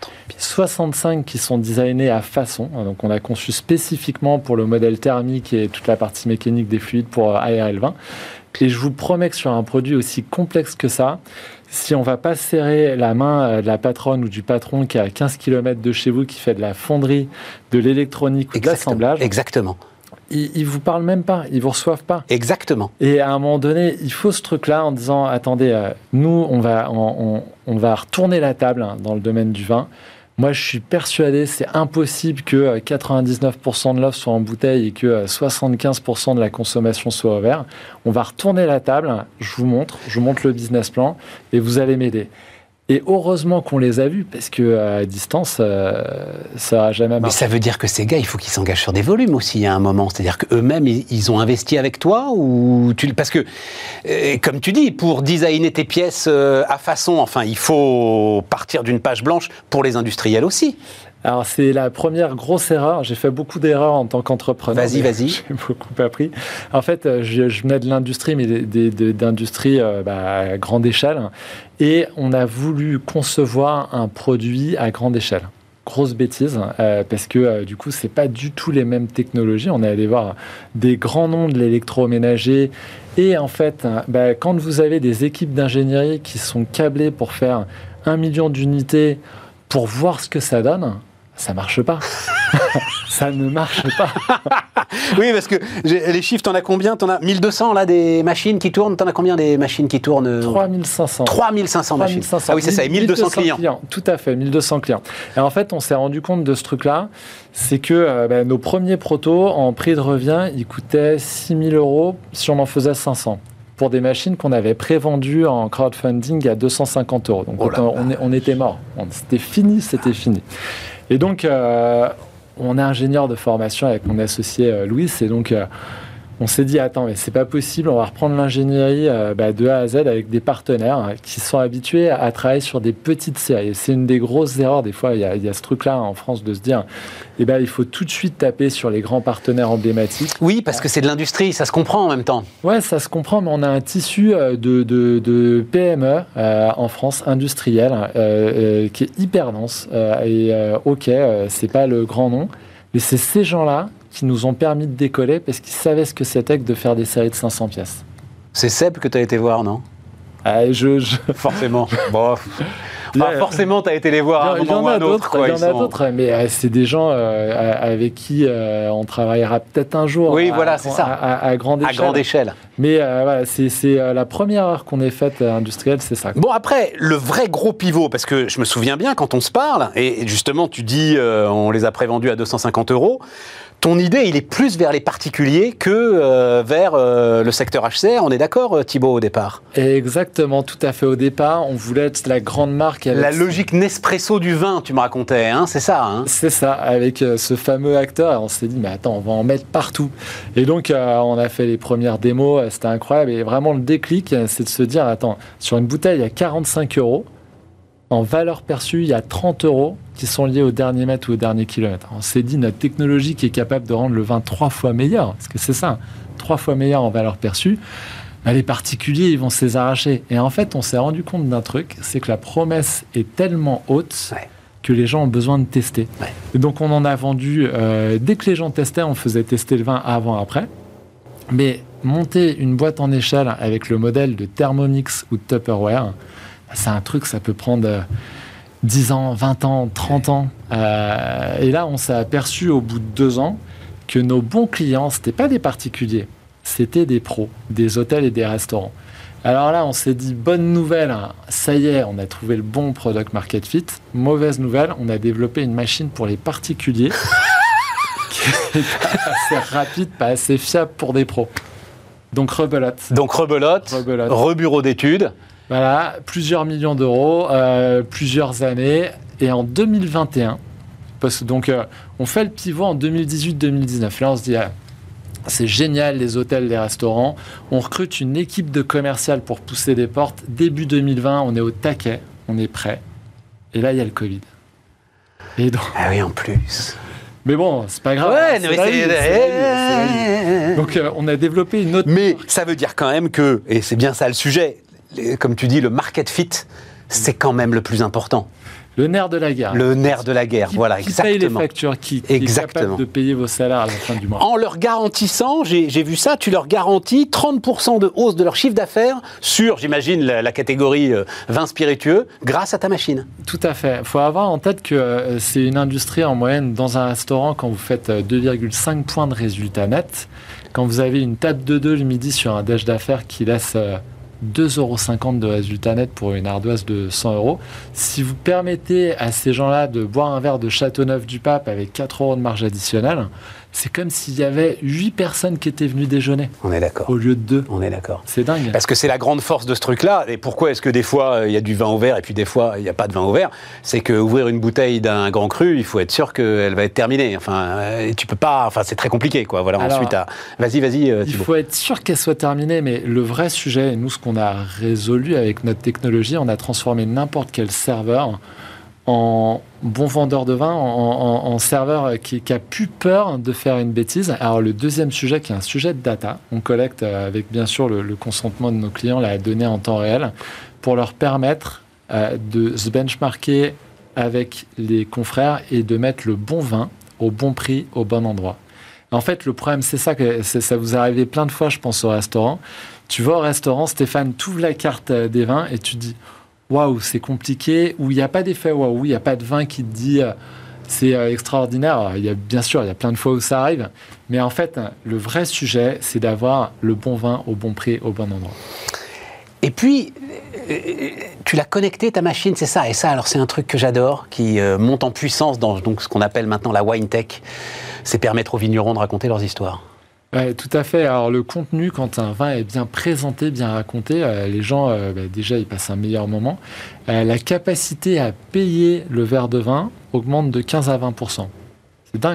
65 qui sont designés à façon. Donc, on a conçu spécifiquement pour le modèle thermique et toute la partie mécanique des fluides pour aérer le vin. Et je vous promets que sur un produit aussi complexe que ça, si on ne va pas serrer la main de la patronne ou du patron qui est à 15 km de chez vous, qui fait de la fonderie, de l'électronique ou de l'assemblage... Exactement. Ils ne vous parlent même pas, ils ne vous reçoivent pas. Exactement. Et à un moment donné, il faut ce truc-là en disant, attendez, nous, on va retourner la table dans le domaine du vin. Moi, je suis persuadé, c'est impossible que 99% de l'offre soit en bouteille et que 75% de la consommation soit au verre. On va retourner la table, je vous montre le business plan et vous allez m'aider. Et heureusement qu'on les a vus, parce qu'à distance, ça n'a jamais marché. Mais ça veut dire que ces gars, il faut qu'ils s'engagent sur des volumes aussi à un moment. C'est-à-dire qu'eux-mêmes, ils ont investi avec toi parce que, comme tu dis, pour designer tes pièces à façon, enfin, il faut partir d'une page blanche pour les industriels aussi. Alors, c'est la première grosse erreur. J'ai fait beaucoup d'erreurs en tant qu'entrepreneur. Vas-y. J'ai beaucoup appris. En fait, je venais de l'industrie, mais d'industrie à grande échelle. Et on a voulu concevoir un produit à grande échelle. Grosse bêtise, parce que du coup, c'est pas du tout les mêmes technologies. On est allé voir des grands noms de l'électroménager. Et en fait, quand vous avez des équipes d'ingénierie qui sont câblées pour faire 1 million d'unités pour voir ce que ça donne, ça marche pas. Ça ne marche pas. Oui, parce que les chiffres, t'en as combien? T'en as 1200 là, des machines qui tournent? T'en as combien des machines qui tournent? 3500. 3500 machines. Ah oui, c'est ça, et 1200 clients. Tout à fait, 1200 clients. Et en fait, on s'est rendu compte de ce truc-là, c'est que nos premiers protos, en prix de revient, ils coûtaient 6 000 € si on en faisait 500. Pour des machines qu'on avait prévendues en crowdfunding à 250 €. Donc on était mort. C'était fini. Et donc, on est ingénieur de formation avec mon associé Louis, et donc On s'est dit, attends, mais c'est pas possible, on va reprendre l'ingénierie de A à Z avec des partenaires qui sont habitués à travailler sur des petites séries. C'est une des grosses erreurs, des fois, il y a ce truc-là en France de se dire, il faut tout de suite taper sur les grands partenaires emblématiques. Oui, parce que c'est de l'industrie, ça se comprend en même temps. Ouais, ça se comprend, mais on a un tissu de PME en France, industriel, qui est hyper dense. C'est pas le grand nom, mais c'est ces gens-là qui nous ont permis de décoller parce qu'ils savaient ce que c'était que de faire des séries de 500 pièces. C'est Seb que tu as été voir, non ? Forcément. Bon. Forcément, tu as été les voir à un moment ou à un autre. Il y en a d'autres, mais c'est des gens avec qui on travaillera peut-être un jour. Oui, voilà, c'est ça. À grande échelle. À grande échelle. Mais c'est la première heure qu'on ait faite industrielle, c'est ça. Bon, après, le vrai gros pivot, parce que je me souviens bien quand on se parle, et justement, tu dis on les a prévendus à 250 €. Ton idée, il est plus vers les particuliers que vers le secteur HCR. On est d'accord, Thibaut, au départ ? Exactement, tout à fait. Au départ, on voulait être la grande marque. La logique Nespresso du vin, tu me racontais, hein, c'est ça, hein ? C'est ça, avec ce fameux acteur. On s'est dit, mais attends, on va en mettre partout. Et donc, on a fait les premières démos, c'était incroyable. Et vraiment, le déclic, c'est de se dire, attends, sur une bouteille, il y a 45 €. En valeur perçue, il y a 30 € qui sont liés au dernier mètre ou au dernier kilomètre. On s'est dit, notre technologie qui est capable de rendre le vin 3 fois meilleur, parce que c'est ça, 3 fois meilleur en valeur perçue, les particuliers, ils vont se les arracher. Et en fait, on s'est rendu compte d'un truc, c'est que la promesse est tellement haute que les gens ont besoin de tester. Ouais. Et donc, on en a vendu, dès que les gens testaient, on faisait tester le vin avant, après. Mais monter une boîte en échelle avec le modèle de Thermomix ou de Tupperware, c'est un truc, ça peut prendre 10 ans, 20 ans, 30 ans. Et là, on s'est aperçu au bout de 2 ans que nos bons clients, ce n'étaient pas des particuliers, c'était des pros, des hôtels et des restaurants. Alors là, on s'est dit, bonne nouvelle, ça y est, on a trouvé le bon product market fit. Mauvaise nouvelle, on a développé une machine pour les particuliers qui n'est pas assez rapide, pas assez fiable pour des pros. Donc rebelote. Rebureau d'études. Voilà, plusieurs millions d'euros, plusieurs années. Et en 2021, on fait le pivot en 2018-2019. Là, on se dit, c'est génial, les hôtels, les restaurants. On recrute une équipe de commercial pour pousser des portes. Début 2020, on est au taquet, on est prêt. Et là, il y a le Covid. Et donc... Ah oui, en plus. Mais bon, c'est pas grave. Ouais, c'est la vie. Donc, on a développé une autre... Mais ça veut dire quand même que, et c'est bien ça le sujet, comme tu dis, le market fit, c'est quand même le plus important. Le nerf de la guerre. Le nerf de la guerre, voilà, exactement. Qui paye les factures, qui est capable de payer vos salaires à la fin du mois. En leur garantissant, j'ai vu ça, tu leur garantis 30% de hausse de leur chiffre d'affaires sur, j'imagine, la catégorie vin spiritueux, grâce à ta machine. Tout à fait. Il faut avoir en tête que c'est une industrie en moyenne dans un restaurant, quand vous faites 2,5 points de résultat net, quand vous avez une table de 2 le midi sur un dash d'affaires qui laisse... 2,50 € de résultat net pour une ardoise de 100 €. Si vous permettez à ces gens-là de boire un verre de Châteauneuf-du-Pape avec 4 € de marge additionnelle, c'est comme s'il y avait 8 personnes qui étaient venues déjeuner. On est d'accord. Au lieu de 2. On est d'accord. C'est dingue. Parce que c'est la grande force de ce truc-là. Et pourquoi est-ce que des fois, il y a du vin au verre et puis des fois, il n'y a pas de vin au verre ? C'est qu'ouvrir une bouteille d'un grand cru, il faut être sûr qu'elle va être terminée. Enfin, tu peux pas... Enfin, c'est très compliqué, quoi. Voilà. Alors, ensuite, Vas-y, Thibaut. Il faut être sûr qu'elle soit terminée, mais le vrai sujet, nous, ce qu'on a résolu avec notre technologie, on a transformé n'importe quel serveur en bon vendeur de vin, en serveur qui a plus peur de faire une bêtise. Alors le deuxième sujet, qui est un sujet de data, on collecte avec bien sûr le consentement de nos clients la donnée en temps réel pour leur permettre de se benchmarker avec les confrères et de mettre le bon vin au bon prix, au bon endroit. En fait, le problème, c'est ça, ça vous est arrivé plein de fois, je pense, au restaurant. Tu vas au restaurant, Stéphane, tu ouvres la carte des vins et tu dis waouh, c'est compliqué, ou il n'y a pas d'effet waouh, il n'y a pas de vin qui te dit c'est extraordinaire. Alors, bien sûr, il y a plein de fois où ça arrive, mais en fait, le vrai sujet, c'est d'avoir le bon vin au bon prix, au bon endroit. Et puis, tu l'as connecté, ta machine, c'est ça. Et ça, alors, c'est un truc que j'adore, qui monte en puissance dans ce qu'on appelle maintenant la wine tech. C'est permettre aux vignerons de raconter leurs histoires. Ouais, tout à fait. Alors le contenu, quand un vin est bien présenté, bien raconté, les gens, déjà, ils passent un meilleur moment. La capacité à payer le verre de vin augmente de 15 à 20%. C'est dingue, hein ?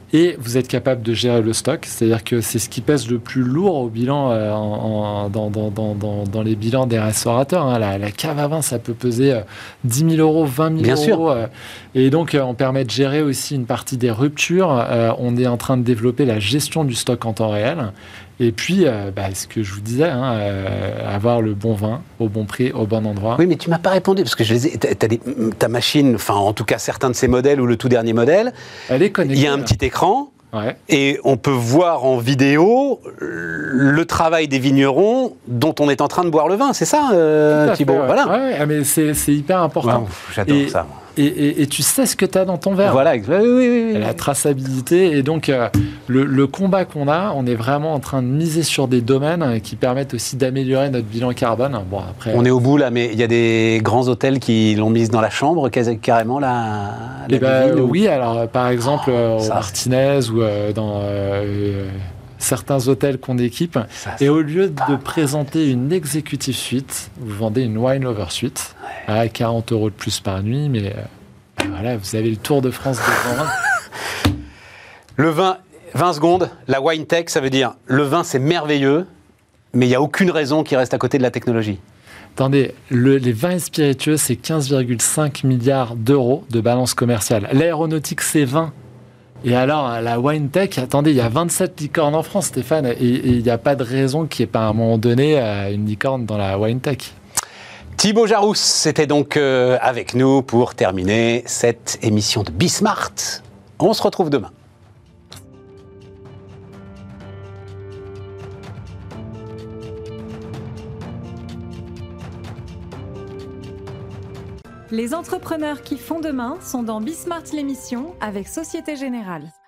Et vous êtes capable de gérer le stock, c'est-à-dire que c'est ce qui pèse le plus lourd au bilan dans les bilans des restaurateurs. Hein. La cave à vin, ça peut peser 10 000 euros, 20 000 Bien euros. sûr. Et donc, on permet de gérer aussi une partie des ruptures. On est en train de développer la gestion du stock en temps réel. Et puis, ce que je vous disais, avoir le bon vin au bon prix, au bon endroit. Oui, mais tu m'as pas répondu, parce que ta machine, enfin en tout cas certains de ces modèles, ou le tout dernier modèle, elle est connectée. Il y a un petit écran, ouais. Et on peut voir en vidéo le travail des vignerons dont on est en train de boire le vin, c'est ça, Thibaut? Ouais. Voilà. Ouais, mais c'est hyper important. Wow, j'adore ça. Et tu sais ce que tu as dans ton verre. Voilà, oui. La traçabilité. Et donc, le combat qu'on a, on est vraiment en train de miser sur des domaines qui permettent aussi d'améliorer notre bilan carbone. Bon, après, on est au bout là, mais il y a des grands hôtels qui l'ont mise dans la chambre, carrément la cuisine, oui, alors par exemple au Martinez ou dans certains hôtels qu'on équipe. Et au lieu de présenter une executive suite, vous vendez une wine lover suite à 40 € de plus par nuit, mais voilà, vous avez le Tour de France de vin. Le vin, 20 secondes, la wine tech, ça veut dire le vin c'est merveilleux, mais il n'y a aucune raison qu'il reste à côté de la technologie. Attendez, les vins et spiritueux, c'est 15,5 milliards d'euros de balance commerciale. L'aéronautique, c'est 20. Et alors, la wine tech, attendez, il y a 27 licornes en France, Stéphane, et il n'y a pas de raison qu'il n'y ait pas à un moment donné une licorne dans la wine tech. Thibaut Jarousse, c'était donc avec nous pour terminer cette émission de Bismart. On se retrouve demain. Les entrepreneurs qui font demain sont dans Bismart l'émission avec Société Générale.